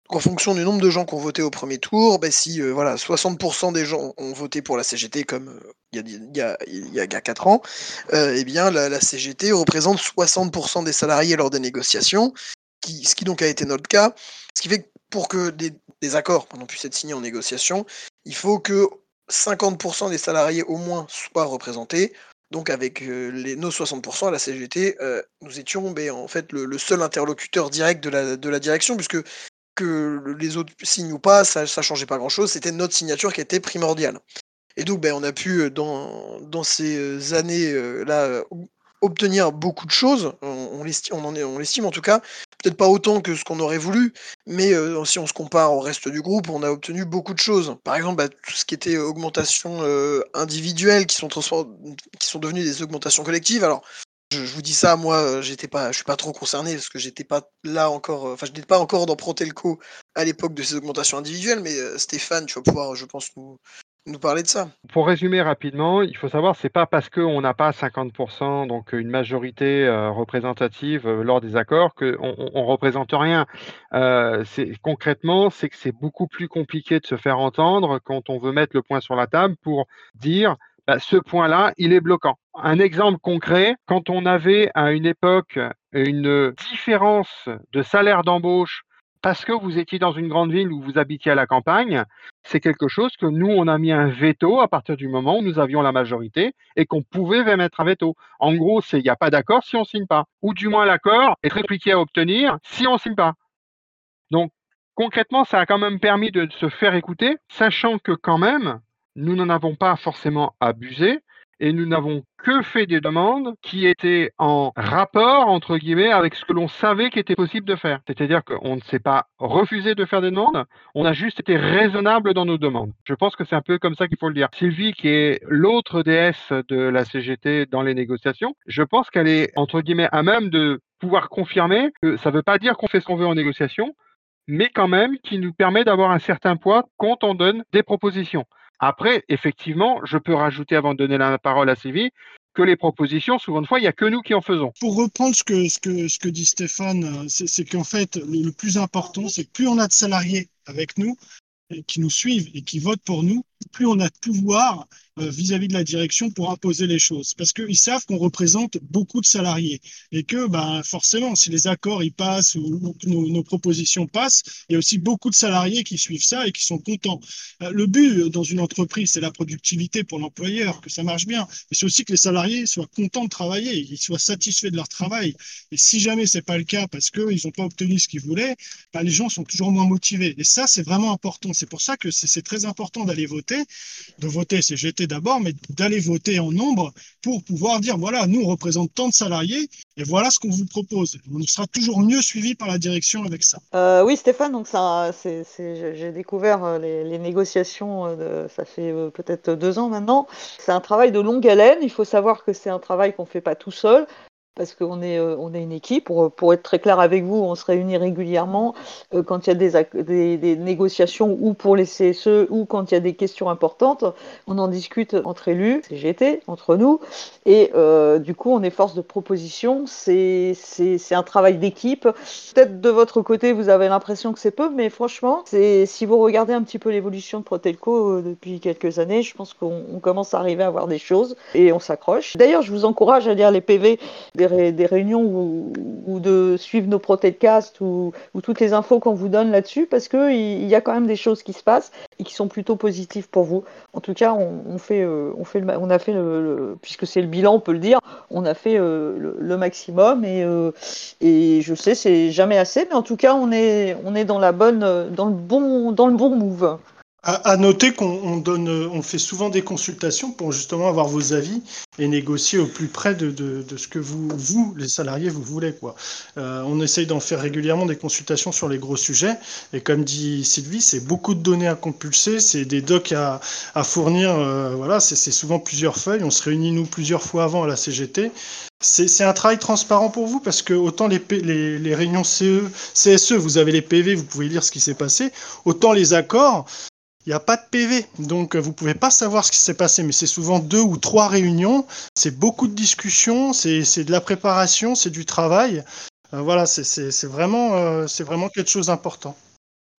En fonction du nombre de gens qui ont voté au premier tour, bah, si euh, voilà, soixante pour cent des gens ont voté pour la C G T comme euh, il y a, il y a, il y a quatre ans, euh, eh bien la, la C G T représente soixante pour cent des salariés lors des négociations, qui, ce qui donc a été notre cas. Ce qui fait que pour que des, des accords pardon, puissent être signés en négociation, il faut que cinquante pour cent des salariés au moins soient représentés. Donc avec euh, les, nos soixante pour cent à la C G T, euh, nous étions ben, en fait le, le seul interlocuteur direct de la, de la direction, puisque que les autres signent ou pas, ça ne changeait pas grand-chose, c'était notre signature qui était primordiale. Et donc ben, on a pu, dans, dans ces années-là, euh, obtenir beaucoup de choses, on, on l'estime on en est, on l'estime en tout cas, peut-être pas autant que ce qu'on aurait voulu, mais euh, si on se compare au reste du groupe, on a obtenu beaucoup de choses. Par exemple, bah, tout ce qui était augmentation euh, individuelle, qui sont, qui sont devenues des augmentations collectives. Alors, je, je vous dis ça, moi, j'étais pas, je suis pas trop concerné parce que j'étais pas là encore, enfin, je n'étais pas encore dans Protelco à l'époque de ces augmentations individuelles, mais euh, Stéphane, tu vas pouvoir, je pense, nous, nous parler de ça. Pour résumer rapidement, il faut savoir, c'est pas parce qu'on n'a pas cinquante pour cent, donc une majorité euh, représentative euh, lors des accords, qu'on on, on représente rien. Euh, c'est, concrètement, c'est que c'est beaucoup plus compliqué de se faire entendre quand on veut mettre le point sur la table pour dire bah, ce point-là, il est bloquant. Un exemple concret, quand on avait à une époque une différence de salaire d'embauche parce que vous étiez dans une grande ville ou vous habitiez à la campagne, c'est quelque chose que nous, on a mis un veto à partir du moment où nous avions la majorité et qu'on pouvait mettre un veto. En gros, c'est il n'y a pas d'accord si on ne signe pas. Ou du moins, l'accord est très compliqué à obtenir si on ne signe pas. Donc, concrètement, ça a quand même permis de se faire écouter, sachant que quand même, nous n'en avons pas forcément abusé et nous n'avons que fait des demandes qui étaient en rapport, entre guillemets, avec ce que l'on savait qu'il était possible de faire. C'est-à-dire qu'on ne s'est pas refusé de faire des demandes, on a juste été raisonnable dans nos demandes. Je pense que c'est un peu comme ça qu'il faut le dire. Sylvie, qui est l'autre déesse de la C G T dans les négociations, je pense qu'elle est, entre guillemets, à même de pouvoir confirmer que ça ne veut pas dire qu'on fait ce qu'on veut en négociation, mais quand même qui nous permet d'avoir un certain poids quand on donne des propositions. Après, effectivement, je peux rajouter avant de donner la parole à Sylvie que les propositions, souvent de fois, il n'y a que nous qui en faisons. Pour reprendre ce que, ce que, ce que dit Stéphane, c'est, c'est qu'en fait, le, le plus important, c'est que plus on a de salariés avec nous, et qui nous suivent et qui votent pour nous, plus on a de pouvoir euh, vis-à-vis de la direction pour imposer les choses. Parce qu'ils savent qu'on représente beaucoup de salariés et que ben, forcément, si les accords ils passent ou que nos, nos propositions passent, il y a aussi beaucoup de salariés qui suivent ça et qui sont contents. Euh, le but dans une entreprise, c'est la productivité pour l'employeur, que ça marche bien. Mais c'est aussi que les salariés soient contents de travailler, ils soient satisfaits de leur travail. Et si jamais c'est pas le cas parce qu'ils n'ont pas obtenu ce qu'ils voulaient, ben, les gens sont toujours moins motivés. Et ça, c'est vraiment important. C'est pour ça que c'est, c'est très important d'aller voter, de voter C G T d'abord, mais d'aller voter en nombre pour pouvoir dire, voilà, nous, on représente tant de salariés et voilà ce qu'on vous propose. On sera toujours mieux suivi par la direction avec ça. Euh, oui, Stéphane, donc ça, c'est, c'est, j'ai découvert les, les négociations, de, ça fait peut-être deux ans maintenant. C'est un travail de longue haleine. Il faut savoir que c'est un travail qu'on ne fait pas tout seul. Parce qu'on est, euh, on est une équipe. Pour, pour être très clair avec vous, on se réunit régulièrement euh, quand il y a des, des, des négociations ou pour les C S E ou quand il y a des questions importantes. On en discute entre élus, C G T, entre nous. Et euh, du coup, on est force de proposition. C'est, c'est, c'est un travail d'équipe. Peut-être de votre côté, vous avez l'impression que c'est peu, mais franchement, c'est, si vous regardez un petit peu l'évolution de Protelco euh, depuis quelques années, je pense qu'on on commence à arriver à voir des choses et on s'accroche. D'ailleurs, je vous encourage à lire les P V des, ré, des réunions ou, ou de suivre nos proteccasts ou, ou toutes les infos qu'on vous donne là-dessus, parce qu'il il y a quand même des choses qui se passent et qui sont plutôt positives pour vous. En tout cas, on, on, fait, euh, on, fait le, on a fait, le, le, puisque c'est le bilan, on peut le dire, on a fait euh, le, le maximum et, euh, et je sais, c'est jamais assez, mais en tout cas, on est, on est dans, la bonne, dans, le bon, dans le bon move. À, à noter qu'on on donne, on fait souvent des consultations pour justement avoir vos avis et négocier au plus près de, de, de ce que vous, vous, les salariés, vous voulez, quoi. Euh, on essaye d'en faire régulièrement des consultations sur les gros sujets. Et comme dit Sylvie, c'est beaucoup de données à compulser, c'est des docs à, à fournir. Euh, voilà, c'est, c'est souvent plusieurs feuilles. On se réunit, nous, plusieurs fois avant à la C G T. C'est, c'est un travail transparent pour vous parce que autant les, les, les réunions C E, C S E, vous avez les P V, vous pouvez lire ce qui s'est passé, autant les accords, il n'y a pas de P V, donc vous ne pouvez pas savoir ce qui s'est passé, mais c'est souvent deux ou trois réunions, c'est beaucoup de discussions, c'est, c'est de la préparation, c'est du travail. Euh, voilà, c'est, c'est, c'est, vraiment, euh, c'est vraiment quelque chose d'important.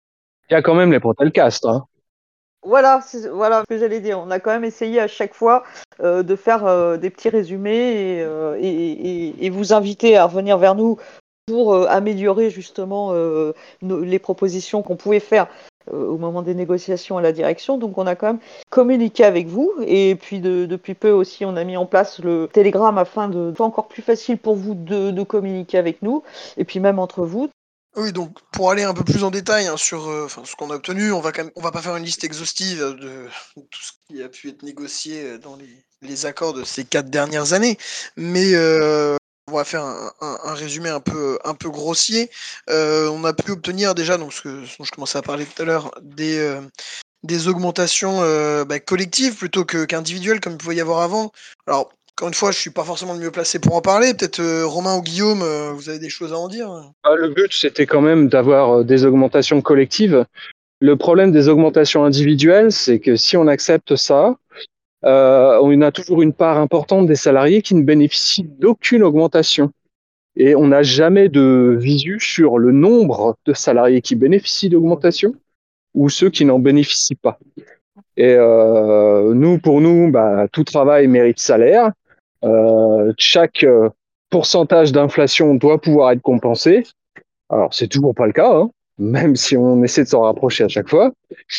Il y a quand même les Protelcast. Hein. Voilà, c'est voilà ce que j'allais dire. On a quand même essayé à chaque fois euh, de faire euh, des petits résumés et, euh, et, et, et vous inviter à revenir vers nous pour euh, améliorer justement euh, nos, les propositions qu'on pouvait faire euh, au moment des négociations à la direction. Donc on a quand même communiqué avec vous et puis de, depuis peu aussi on a mis en place le Telegram afin de faire encore plus facile pour vous de, de communiquer avec nous et puis même entre vous. Oui, donc pour aller un peu plus en détail hein, sur euh, enfin, ce qu'on a obtenu, on va quand même, on va pas faire une liste exhaustive de, de tout ce qui a pu être négocié dans les, les accords de ces quatre dernières années, mais euh, on va faire un, un, un résumé un peu, un peu grossier. Euh, on a pu obtenir déjà, donc ce, que, ce dont je commençais à parler tout à l'heure, des, euh, des augmentations euh, bah, collectives plutôt que, qu'individuelles comme il pouvait y avoir avant. Alors, encore une fois, je suis pas forcément le mieux placé pour en parler. Peut-être euh, Romain ou Guillaume, euh, vous avez des choses à en dire? Ah, le but, c'était quand même d'avoir des augmentations collectives. Le problème des augmentations individuelles, c'est que si on accepte ça, euh, on a toujours une part importante des salariés qui ne bénéficient d'aucune augmentation. Et on n'a jamais de visu sur le nombre de salariés qui bénéficient d'augmentation ou ceux qui n'en bénéficient pas. Et euh, nous, pour nous, bah, tout travail mérite salaire. Euh, chaque euh, pourcentage d'inflation doit pouvoir être compensé. Alors, c'est toujours pas le cas, hein, même si on essaie de s'en rapprocher à chaque fois.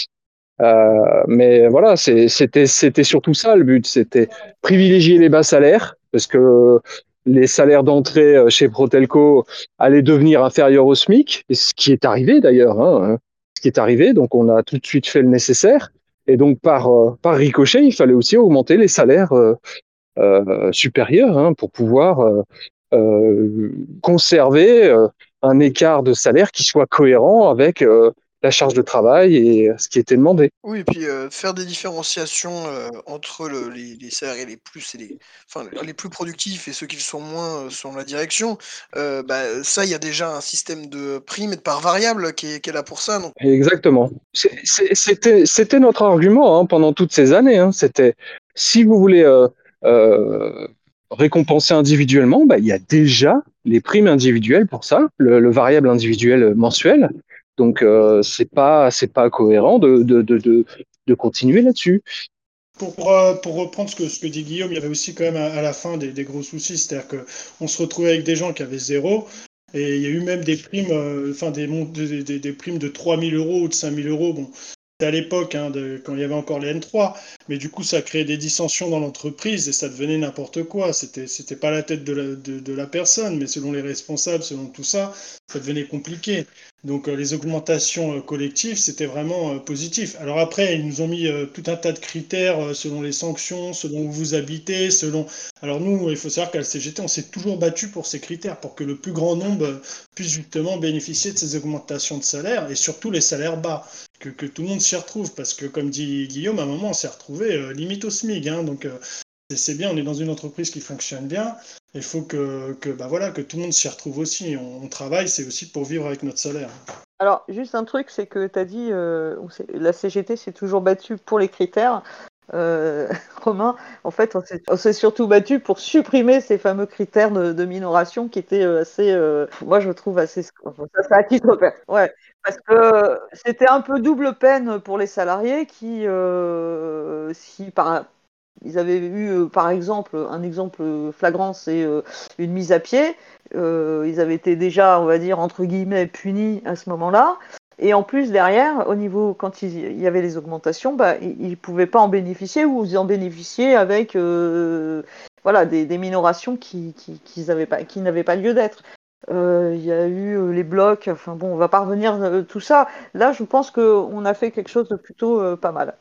Euh, mais voilà, c'est, c'était, c'était surtout ça le but, c'était privilégier les bas salaires, parce que les salaires d'entrée chez Protelco allaient devenir inférieurs au SMIC, et ce qui est arrivé d'ailleurs, hein, ce qui est arrivé, donc on a tout de suite fait le nécessaire, et donc par, par ricochet, il fallait aussi augmenter les salaires euh, euh, supérieurs hein, pour pouvoir euh, euh, conserver euh, un écart de salaire qui soit cohérent avec euh, la charge de travail et ce qui était demandé. Oui, et puis euh, faire des différenciations euh, entre le, les, les salariés les plus et les, enfin, les plus productifs et ceux qui le sont moins euh, selon la direction, euh, bah, ça, il y a déjà un système de primes et de parts variables qui est, qui est là pour ça. Donc... Exactement. C'est, c'est, c'était, c'était notre argument hein, pendant toutes ces années. Hein. C'était si vous voulez euh, euh, récompenser individuellement, bah, il y a déjà les primes individuelles pour ça, le, le variable individuel mensuel. Donc euh, c'est pas c'est pas cohérent de de de de, de continuer là-dessus. Pour, pour, euh, pour reprendre ce que, ce que dit Guillaume, il y avait aussi quand même à, à la fin des, des gros soucis, c'est-à-dire qu'on se retrouvait avec des gens qui avaient zéro, et il y a eu même des primes, euh, enfin des, des, des, des primes de trois mille euros ou de cinq mille euros. Bon, c'était à l'époque, hein, de, quand il y avait encore les N trois, mais du coup ça créait des dissensions dans l'entreprise et ça devenait n'importe quoi. C'était, c'était pas la tête de la, de, de la personne, mais selon les responsables, selon tout ça, ça devenait compliqué. Donc euh, les augmentations euh, collectives, c'était vraiment euh, positif. Alors après, ils nous ont mis euh, tout un tas de critères euh, selon les sanctions, selon où vous habitez, selon... Alors nous, il faut savoir qu'à la C G T, on s'est toujours battu pour ces critères, pour que le plus grand nombre euh, puisse justement bénéficier de ces augmentations de salaire, et surtout les salaires bas, que, que tout le monde s'y retrouve, parce que comme dit Guillaume, à un moment, on s'est retrouvé euh, limite au SMIC, hein, donc... Euh, c'est bien, on est dans une entreprise qui fonctionne bien. Il faut que, que, bah voilà, que tout le monde s'y retrouve aussi. On, on travaille, c'est aussi pour vivre avec notre salaire. Alors, juste un truc, c'est que tu as dit, euh, la C G T s'est toujours battue pour les critères. Euh, Romain, en fait, on s'est, on s'est surtout battu pour supprimer ces fameux critères de, de minoration qui étaient assez, euh, moi je trouve assez, enfin, ça c'est à titre personnel. Ouais, parce que c'était un peu double peine pour les salariés qui, euh, si par ils avaient eu, euh, par exemple, un exemple flagrant, c'est euh, une mise à pied. Euh, ils avaient été déjà, on va dire, entre guillemets, punis à ce moment-là. Et en plus, derrière, au niveau, quand il, il y avait les augmentations, bah, ils ne pouvaient pas en bénéficier ou ils en bénéficiaient avec euh, voilà, des, des minorations qui, qui, qui, n'avaient pas, qui n'avaient pas lieu d'être. Euh, il y a eu euh, les blocs, enfin bon, on va pas revenir euh, tout ça. Là, je pense qu'on a fait quelque chose de plutôt euh, pas mal.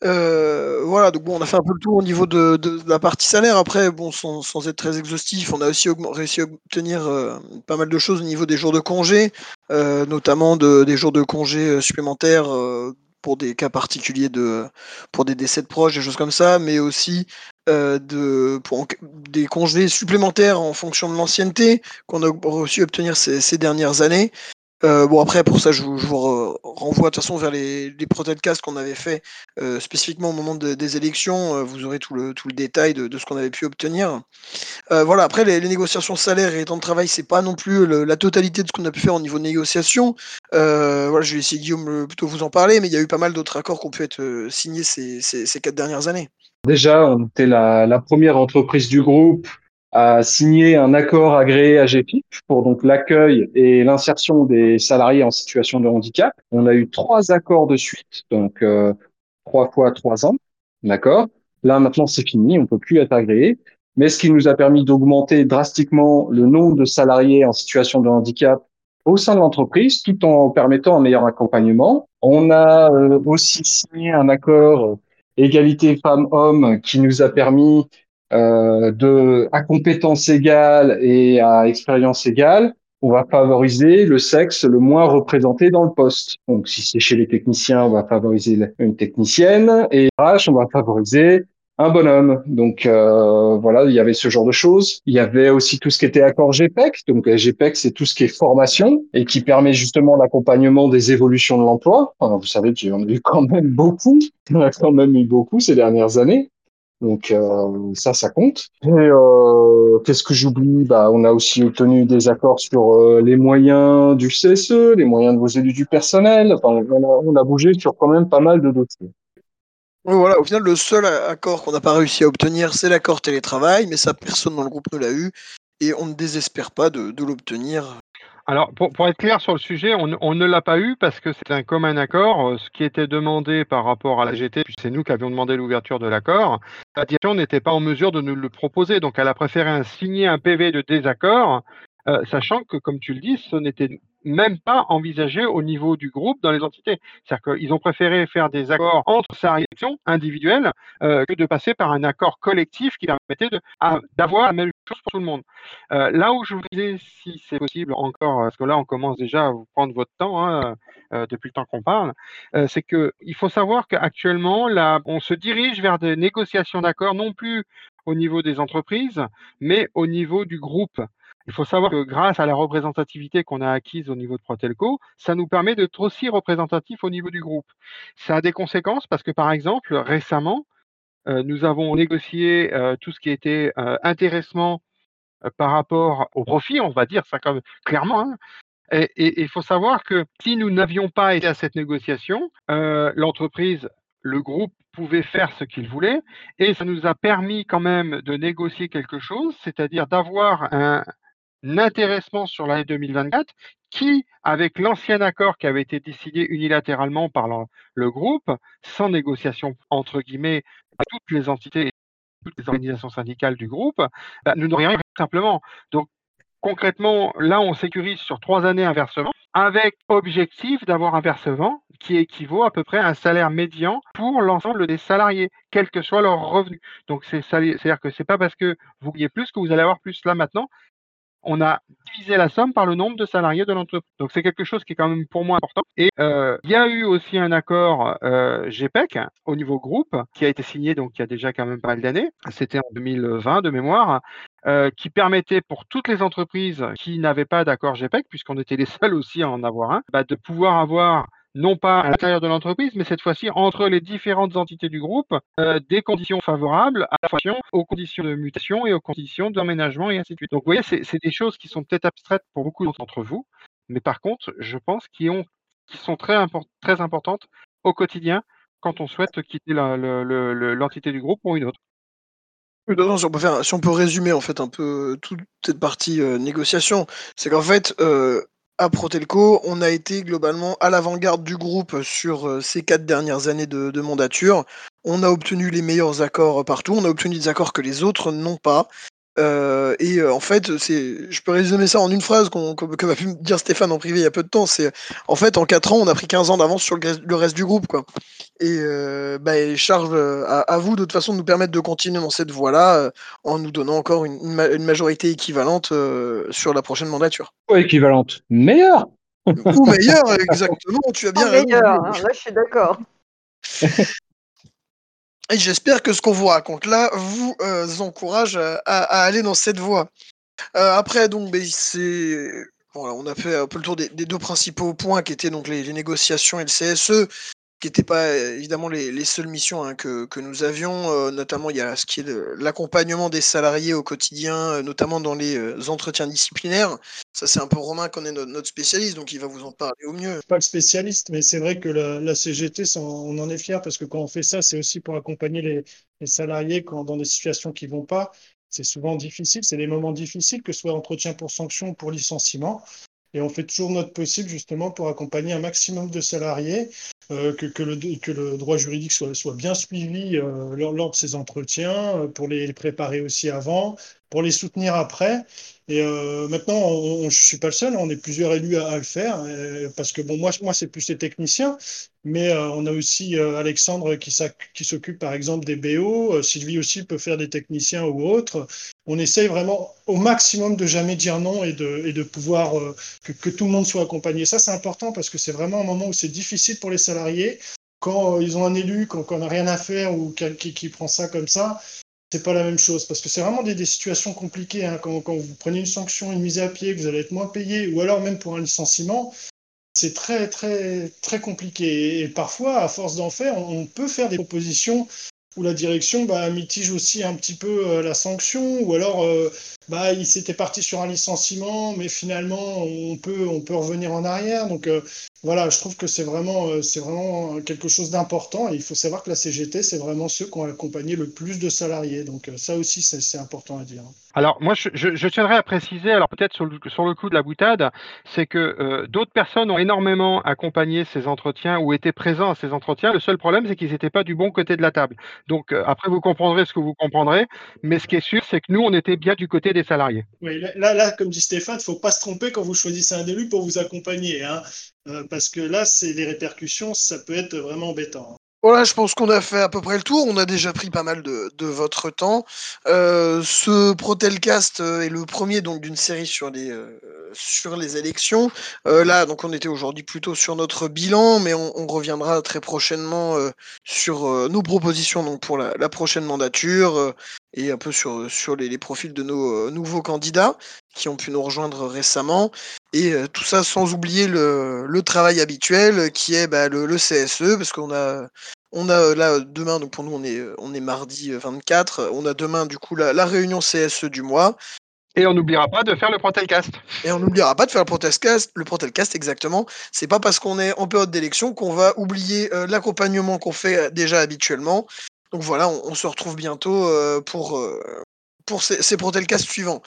Euh, voilà, donc bon, on a fait un peu le tour au niveau de, de, de la partie salaire. Après, bon, sans, sans être très exhaustif, on a aussi augment, réussi à obtenir euh, pas mal de choses au niveau des jours de congé, euh, notamment de, des jours de congé supplémentaires euh, pour des cas particuliers, de, pour des décès de proches, des choses comme ça, mais aussi euh, de, pour des congés supplémentaires en fonction de l'ancienneté qu'on a réussi à obtenir ces, ces dernières années. Euh, bon après pour ça je vous, je vous re- renvoie de toute façon vers les, les podcasts qu'on avait fait euh, spécifiquement au moment de- des élections. Euh, vous aurez tout le, tout le détail de, de ce qu'on avait pu obtenir. Euh, voilà, après les, les négociations salaires et temps de travail, c'est pas non plus le- la totalité de ce qu'on a pu faire au niveau de négociation. Euh, voilà, je vais essayer Guillaume euh, plutôt vous en parler, mais il y a eu pas mal d'autres accords qui ont pu être euh, signés ces, ces, ces quatre dernières années. Déjà, on était la, la première entreprise du groupe à signer un accord agréé à G P I P pour donc l'accueil et l'insertion des salariés en situation de handicap. On a eu trois accords de suite, donc euh, trois fois trois ans, d'accord. Là maintenant c'est fini, on peut plus être agréé. Mais ce qui nous a permis d'augmenter drastiquement le nombre de salariés en situation de handicap au sein de l'entreprise, tout en permettant un meilleur accompagnement. On a euh, aussi signé un accord égalité femmes-hommes qui nous a permis euh, de, à compétences égales et à expérience égale, on va favoriser le sexe le moins représenté dans le poste. Donc, si c'est chez les techniciens, on va favoriser une technicienne et R H, on va favoriser un bonhomme. Donc, euh, voilà, il y avait ce genre de choses. Il y avait aussi tout ce qui était accord G P E C. Donc, G P E C, c'est tout ce qui est formation et qui permet justement l'accompagnement des évolutions de l'emploi. Enfin, vous savez qu'il y en a eu quand même beaucoup. Il y en a quand même eu beaucoup ces dernières années. Donc euh, ça, ça compte. Et euh, qu'est-ce que j'oublie? Bah, on a aussi obtenu des accords sur euh, les moyens du C S E, les moyens de vos élus du personnel. Enfin, on a, on a bougé sur quand même pas mal de dossiers. Oui, voilà, au final, le seul a- accord qu'on n'a pas réussi à obtenir, c'est l'accord télétravail, mais ça, personne dans le groupe ne l'a eu, et on ne désespère pas de, de l'obtenir. Alors, pour, pour être clair sur le sujet, on, ne- on ne l'a pas eu parce que c'est un commun accord. Euh, Ce qui était demandé par rapport à la G T, puis c'est nous qui avions demandé l'ouverture de l'accord, la direction n'était pas en mesure de nous le proposer. Donc, elle a préféré un- signer un P V de désaccord, euh, sachant que, comme tu le dis, ce n'était même pas envisagé au niveau du groupe dans les entités. C'est-à-dire qu'ils ont préféré faire des accords entre salariés individuels euh, que de passer par un accord collectif qui permettait de- à- d'avoir la même chose pour tout le monde. Euh, là où je vous disais, si c'est possible encore, parce que là on commence déjà à vous prendre votre temps hein, euh, depuis le temps qu'on parle, euh, c'est que il faut savoir qu'actuellement, là, on se dirige vers des négociations d'accords, non plus au niveau des entreprises, mais au niveau du groupe. Il faut savoir que grâce à la représentativité qu'on a acquise au niveau de Protelco, ça nous permet d'être aussi représentatif au niveau du groupe. Ça a des conséquences parce que, par exemple, récemment, euh, nous avons négocié euh, tout ce qui était euh, intéressement euh, par rapport au profit, on va dire ça comme clairement. Hein. Et il faut savoir que si nous n'avions pas été à cette négociation, euh, l'entreprise, le groupe pouvait faire ce qu'il voulait et ça nous a permis quand même de négocier quelque chose, c'est-à-dire d'avoir un, un intéressement sur l'année deux mille vingt-quatre qui, avec l'ancien accord qui avait été décidé unilatéralement par le, le groupe, sans négociation entre guillemets à toutes les entités toutes les organisations syndicales du groupe, bah, nous n'aurions rien simplement. Donc, concrètement, là, on sécurise sur trois années un versement avec objectif d'avoir un versement qui équivaut à peu près à un salaire médian pour l'ensemble des salariés, quel que soit leur revenu. Donc, c'est, c'est-à-dire que c'est pas parce que vous gagnez plus que vous allez avoir plus là maintenant. On a divisé la somme par le nombre de salariés de l'entreprise. Donc c'est quelque chose qui est quand même pour moi important. Et euh, il y a eu aussi un accord euh, G P E C au niveau groupe qui a été signé donc il y a déjà quand même pas mal d'années. C'était en deux mille vingt de mémoire. Euh, qui permettait pour toutes les entreprises qui n'avaient pas d'accord G P E C, puisqu'on était les seuls aussi à en avoir un, bah, de pouvoir avoir non pas à l'intérieur de l'entreprise, mais cette fois-ci entre les différentes entités du groupe, euh, des conditions favorables à la fois aux conditions de mutation et aux conditions d'emménagement et ainsi de suite. Donc vous voyez, c'est, c'est des choses qui sont peut-être abstraites pour beaucoup d'entre vous, mais par contre, je pense qu'ils ont, qui sont très, import- très importantes au quotidien quand on souhaite quitter la- le- le- le- l'entité du groupe pour une autre. Oui, non, non, si on peut faire, si on peut résumer en fait un peu euh, toute cette partie euh, négociation, c'est qu'en fait euh, à Protelco, on a été globalement à l'avant-garde du groupe sur euh, ces quatre dernières années de, de mandature. On a obtenu les meilleurs accords partout, on a obtenu des accords que les autres n'ont pas. Euh, et euh, en fait, c'est, je peux résumer ça en une phrase qu'on, que, que m'a pu me dire Stéphane en privé il y a peu de temps. C'est en fait en quatre ans, on a pris quinze ans d'avance sur le, le reste du groupe, quoi. Et euh, bah, charge euh, à, à vous de toute façon de nous permettre de continuer dans cette voie-là euh, en nous donnant encore une, une, ma- une majorité équivalente euh, sur la prochaine mandature. Pas équivalente, meilleure. Ou meilleure, exactement, tu as bien En raison. meilleur, hein, là je suis d'accord. Et j'espère que ce qu'on vous raconte là vous euh, encourage à, à aller dans cette voie. Euh, après, donc, ben, c'est Voilà, on a fait un peu le tour des, des deux principaux points qui étaient donc les, les négociations et le C S E, qui n'étaient pas euh, évidemment les, les seules missions hein, que, que nous avions. Euh, notamment, il y a ce qui est de l'accompagnement des salariés au quotidien, euh, notamment dans les euh, entretiens disciplinaires. Ça, c'est un peu Romain qu'on est notre, notre spécialiste, donc il va vous en parler au mieux. Je suis pas le spécialiste, mais c'est vrai que la, la C G T, ça, on en est fier parce que quand on fait ça, c'est aussi pour accompagner les, les salariés quand, dans des situations qui vont pas. C'est souvent difficile, c'est des moments difficiles, que ce soit entretien pour sanction ou pour licenciement. Et on fait toujours notre possible justement pour accompagner un maximum de salariés, euh, que, que, le, que le droit juridique soit, soit bien suivi euh, lors, lors de ces entretiens, euh, pour les, les préparer aussi avant, pour les soutenir après. Et euh, maintenant, on, on, je suis pas le seul, on est plusieurs élus à, à le faire, euh, parce que bon, moi, moi c'est plus les techniciens, mais euh, on a aussi euh, Alexandre qui, qui s'occupe par exemple des B O, euh, Sylvie aussi peut faire des techniciens ou autres. On essaye vraiment au maximum de jamais dire non et de, et de pouvoir euh, que, que tout le monde soit accompagné. Ça, c'est important parce que c'est vraiment un moment où c'est difficile pour les salariés. Quand euh, ils ont un élu, quand, quand on n'a rien à faire ou qui, qui prend ça comme ça, c'est pas la même chose parce que c'est vraiment des, des situations compliquées. Hein. Quand, quand vous prenez une sanction, une mise à pied, que vous allez être moins payé ou alors même pour un licenciement, c'est très, très, très compliqué. Et parfois, à force d'en faire, on peut faire des propositions où la direction bah, mitige aussi un petit peu euh, la sanction, ou alors euh, bah, il s'était parti sur un licenciement, mais finalement on peut, on peut revenir en arrière. Donc euh, voilà, je trouve que c'est vraiment, euh, c'est vraiment quelque chose d'important. Et il faut savoir que la C G T, c'est vraiment ceux qui ont accompagné le plus de salariés. Donc euh, ça aussi, c'est, c'est important à dire. Alors moi, je, je, je tiendrais à préciser, alors peut-être sur le, sur le coup de la boutade, c'est que euh, d'autres personnes ont énormément accompagné ces entretiens ou été présents à ces entretiens. Le seul problème, c'est qu'ils n'étaient pas du bon côté de la table. Donc euh, après, vous comprendrez ce que vous comprendrez, mais ce qui est sûr, c'est que nous, on était bien du côté des salariés. Oui, là, là, comme dit Stéphane, il ne faut pas se tromper quand vous choisissez un élu pour vous accompagner, hein, euh, parce que là, c'est les répercussions, ça peut être vraiment embêtant. Voilà, je pense qu'on a fait à peu près le tour. On a déjà pris pas mal de, de votre temps. Euh, ce Protelcast est le premier donc d'une série sur les euh, sur les élections. Euh, là, donc on était aujourd'hui plutôt sur notre bilan, mais on, on reviendra très prochainement euh, sur euh, nos propositions donc pour la, la prochaine mandature euh, et un peu sur sur les, les profils de nos euh, nouveaux candidats qui ont pu nous rejoindre récemment. Et euh, tout ça sans oublier le, le travail habituel qui est bah, le, le C S E, parce qu'on a, on a là demain, donc pour nous on est, on est mardi vingt-quatre, on a demain du coup la, la réunion C S E du mois. Et on n'oubliera pas de faire le Protelcast. Et on n'oubliera pas de faire le Protelcast, le Protelcast exactement. C'est pas parce qu'on est en période d'élection qu'on va oublier euh, l'accompagnement qu'on fait déjà habituellement. Donc voilà, on, on se retrouve bientôt euh, pour, euh, pour ces, ces Protelcasts suivants.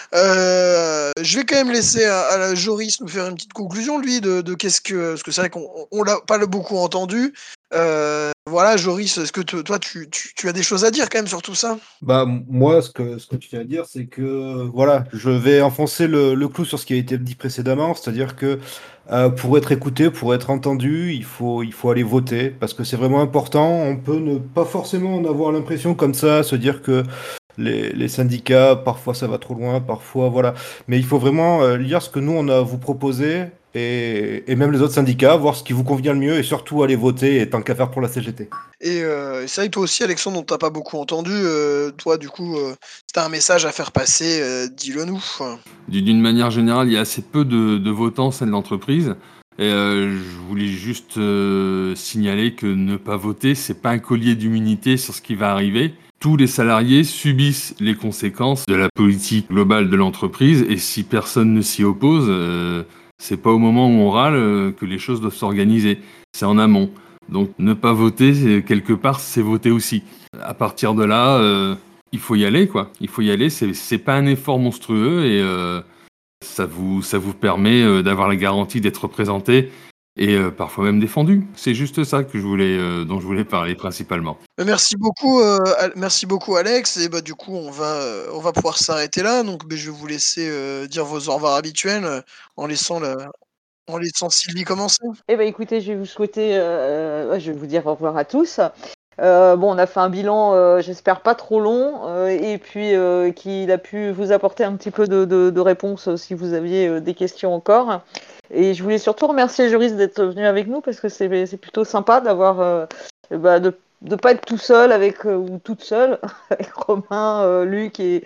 Euh, je vais quand même laisser à, à la Joris nous faire une petite conclusion, lui, de, de qu'est-ce que. Parce que c'est vrai qu'on on l'a pas beaucoup entendu. Euh, voilà, Joris, est-ce que te, toi, tu, tu, tu as des choses à dire quand même sur tout ça? Bah, moi, ce que, ce que tu viens de dire, c'est que, voilà, je vais enfoncer le, le clou sur ce qui a été dit précédemment, c'est-à-dire que euh, pour être écouté, pour être entendu, il faut, il faut aller voter, parce que c'est vraiment important. On peut ne pas forcément en avoir l'impression comme ça, se dire que les, les syndicats, parfois ça va trop loin, parfois, voilà. Mais il faut vraiment euh, lire ce que nous, on a à vous proposer, et, et même les autres syndicats, voir ce qui vous convient le mieux, et surtout aller voter, et tant qu'à faire pour la C G T. Et euh, c'est vrai que toi aussi, Alexandre, on t'a pas beaucoup entendu. Euh, toi, du coup, euh, si t'as un message à faire passer, euh, dis-le nous. D'une manière générale, il y a assez peu de, de votants au sein de l'entreprise. Et euh, je voulais juste euh, signaler que ne pas voter, c'est pas un collier d'immunité sur ce qui va arriver. Tous les salariés subissent les conséquences de la politique globale de l'entreprise, et si personne ne s'y oppose, euh, c'est pas au moment où on râle euh, que les choses doivent s'organiser. C'est en amont. Donc ne pas voter, quelque part, c'est voter aussi. À partir de là, euh, il faut y aller, quoi. Il faut y aller. C'est, c'est pas un effort monstrueux, et euh, ça vous, ça vous permet euh, d'avoir la garantie d'être représenté et euh, parfois même défendu. C'est juste ça que je voulais, euh, dont je voulais parler principalement. Merci beaucoup, euh, Al- merci beaucoup, Alex. Et bah du coup, on va, euh, on va pouvoir s'arrêter là. Donc, bah, je vais vous laisser euh, dire vos au revoir habituels euh, en laissant la, en laissant Sylvie commencer. Eh ben, écoutez, je vais vous souhaiter, euh, ouais, je vais vous dire au revoir à tous. Euh, bon, on a fait un bilan, euh, j'espère pas trop long, euh, et puis euh, qu'il a pu vous apporter un petit peu de, de, de réponses euh, si vous aviez euh, des questions encore. Et je voulais surtout remercier Joris d'être venu avec nous parce que c'est, c'est plutôt sympa d'avoir, euh, bah, de de pas être tout seul avec euh, ou toute seule avec Romain, euh, Luc et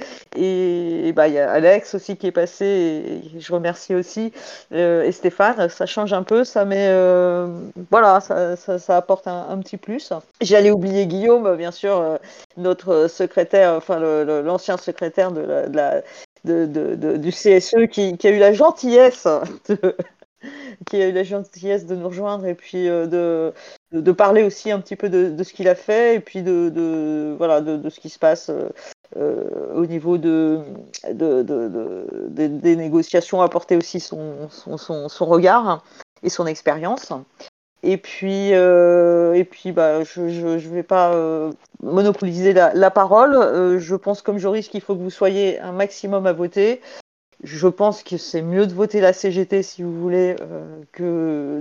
et, et bah il y a Alex aussi qui est passé et, et je remercie aussi euh, et Stéphane. Ça change un peu, ça met euh, voilà, ça, ça, ça apporte un, un petit plus. J'allais oublier Guillaume, bien sûr, euh, notre secrétaire, enfin le, le, l'ancien secrétaire de la, de la de, de, de, du C S E qui, qui a eu la gentillesse de qui a eu la gentillesse de nous rejoindre et puis euh, de, de, de parler aussi un petit peu de, de ce qu'il a fait et puis de, de voilà de, de ce qui se passe euh, euh, au niveau de, de, de, de, de des négociations, apporter aussi son, son, son, son regard et son expérience. Et puis, euh, et puis bah, je ne je, je vais pas euh, monopoliser la, la parole. Euh, je pense comme Joris qu'il faut que vous soyez un maximum à voter. Je pense que c'est mieux de voter la C G T si vous voulez euh, que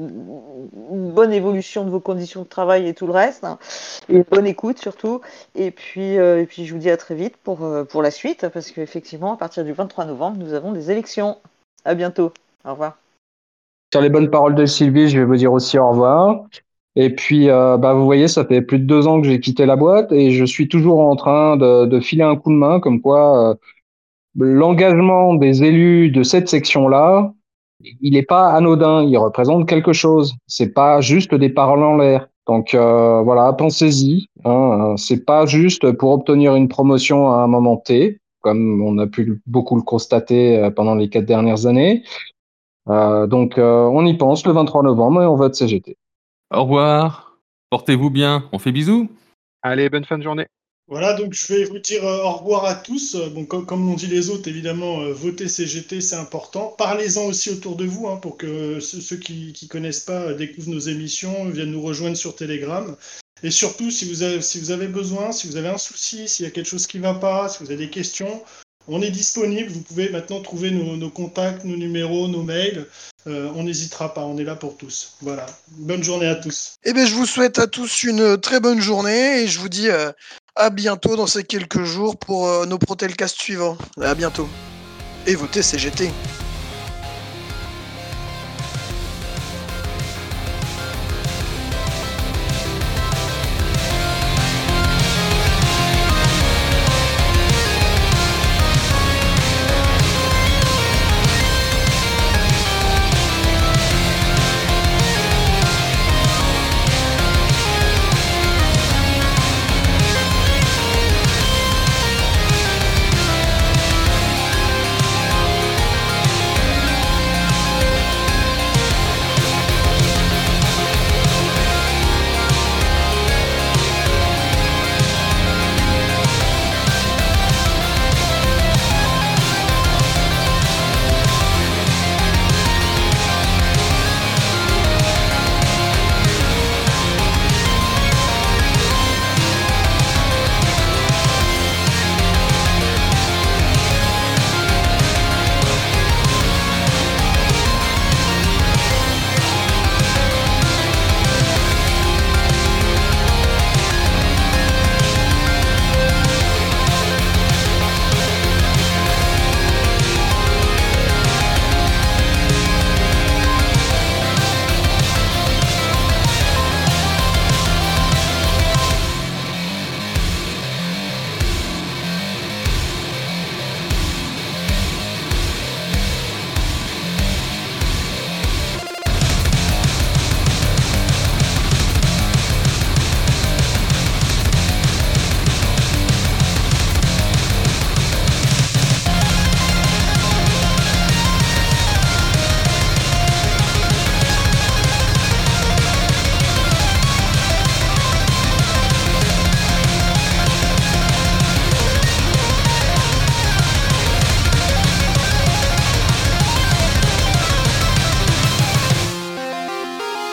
une bonne évolution de vos conditions de travail et tout le reste. Hein, et une bonne écoute surtout. Et puis, euh, et puis je vous dis à très vite pour, euh, pour la suite parce qu'effectivement, à partir du vingt-trois novembre, nous avons des élections. À bientôt. Au revoir. Sur les bonnes paroles de Sylvie, je vais vous dire aussi au revoir. Et puis, euh, bah, vous voyez, ça fait plus de deux ans que j'ai quitté la boîte et je suis toujours en train de, de filer un coup de main, comme quoi euh, l'engagement des élus de cette section-là, il n'est pas anodin, il représente quelque chose. C'est pas juste des paroles en l'air. Donc euh, voilà, pensez-y. Hein, c'est pas juste pour obtenir une promotion à un moment T, comme on a pu beaucoup le constater pendant les quatre dernières années. Euh, donc euh, on y pense le vingt-trois novembre et on vote C G T. Au revoir. Portez-vous bien. On fait bisous. Allez, bonne fin de journée. Voilà, donc je vais vous dire euh, au revoir à tous. Bon, comme, comme l'ont dit les autres, évidemment, euh, voter C G T, c'est important. Parlez-en aussi autour de vous, hein, pour que ceux, ceux qui ne connaissent pas euh, découvrent nos émissions, viennent nous rejoindre sur Telegram. Et surtout, si vous avez, si vous avez besoin, si vous avez un souci, s'il y a quelque chose qui ne va pas, si vous avez des questions, on est disponible. Vous pouvez maintenant trouver nos, nos contacts, nos numéros, nos mails. Euh, on n'hésitera pas, on est là pour tous. Voilà, bonne journée à tous. Eh bien, je vous souhaite à tous une très bonne journée et je vous dis euh, à bientôt dans ces quelques jours pour euh, nos Protelcast suivants. À bientôt. Et votez C G T.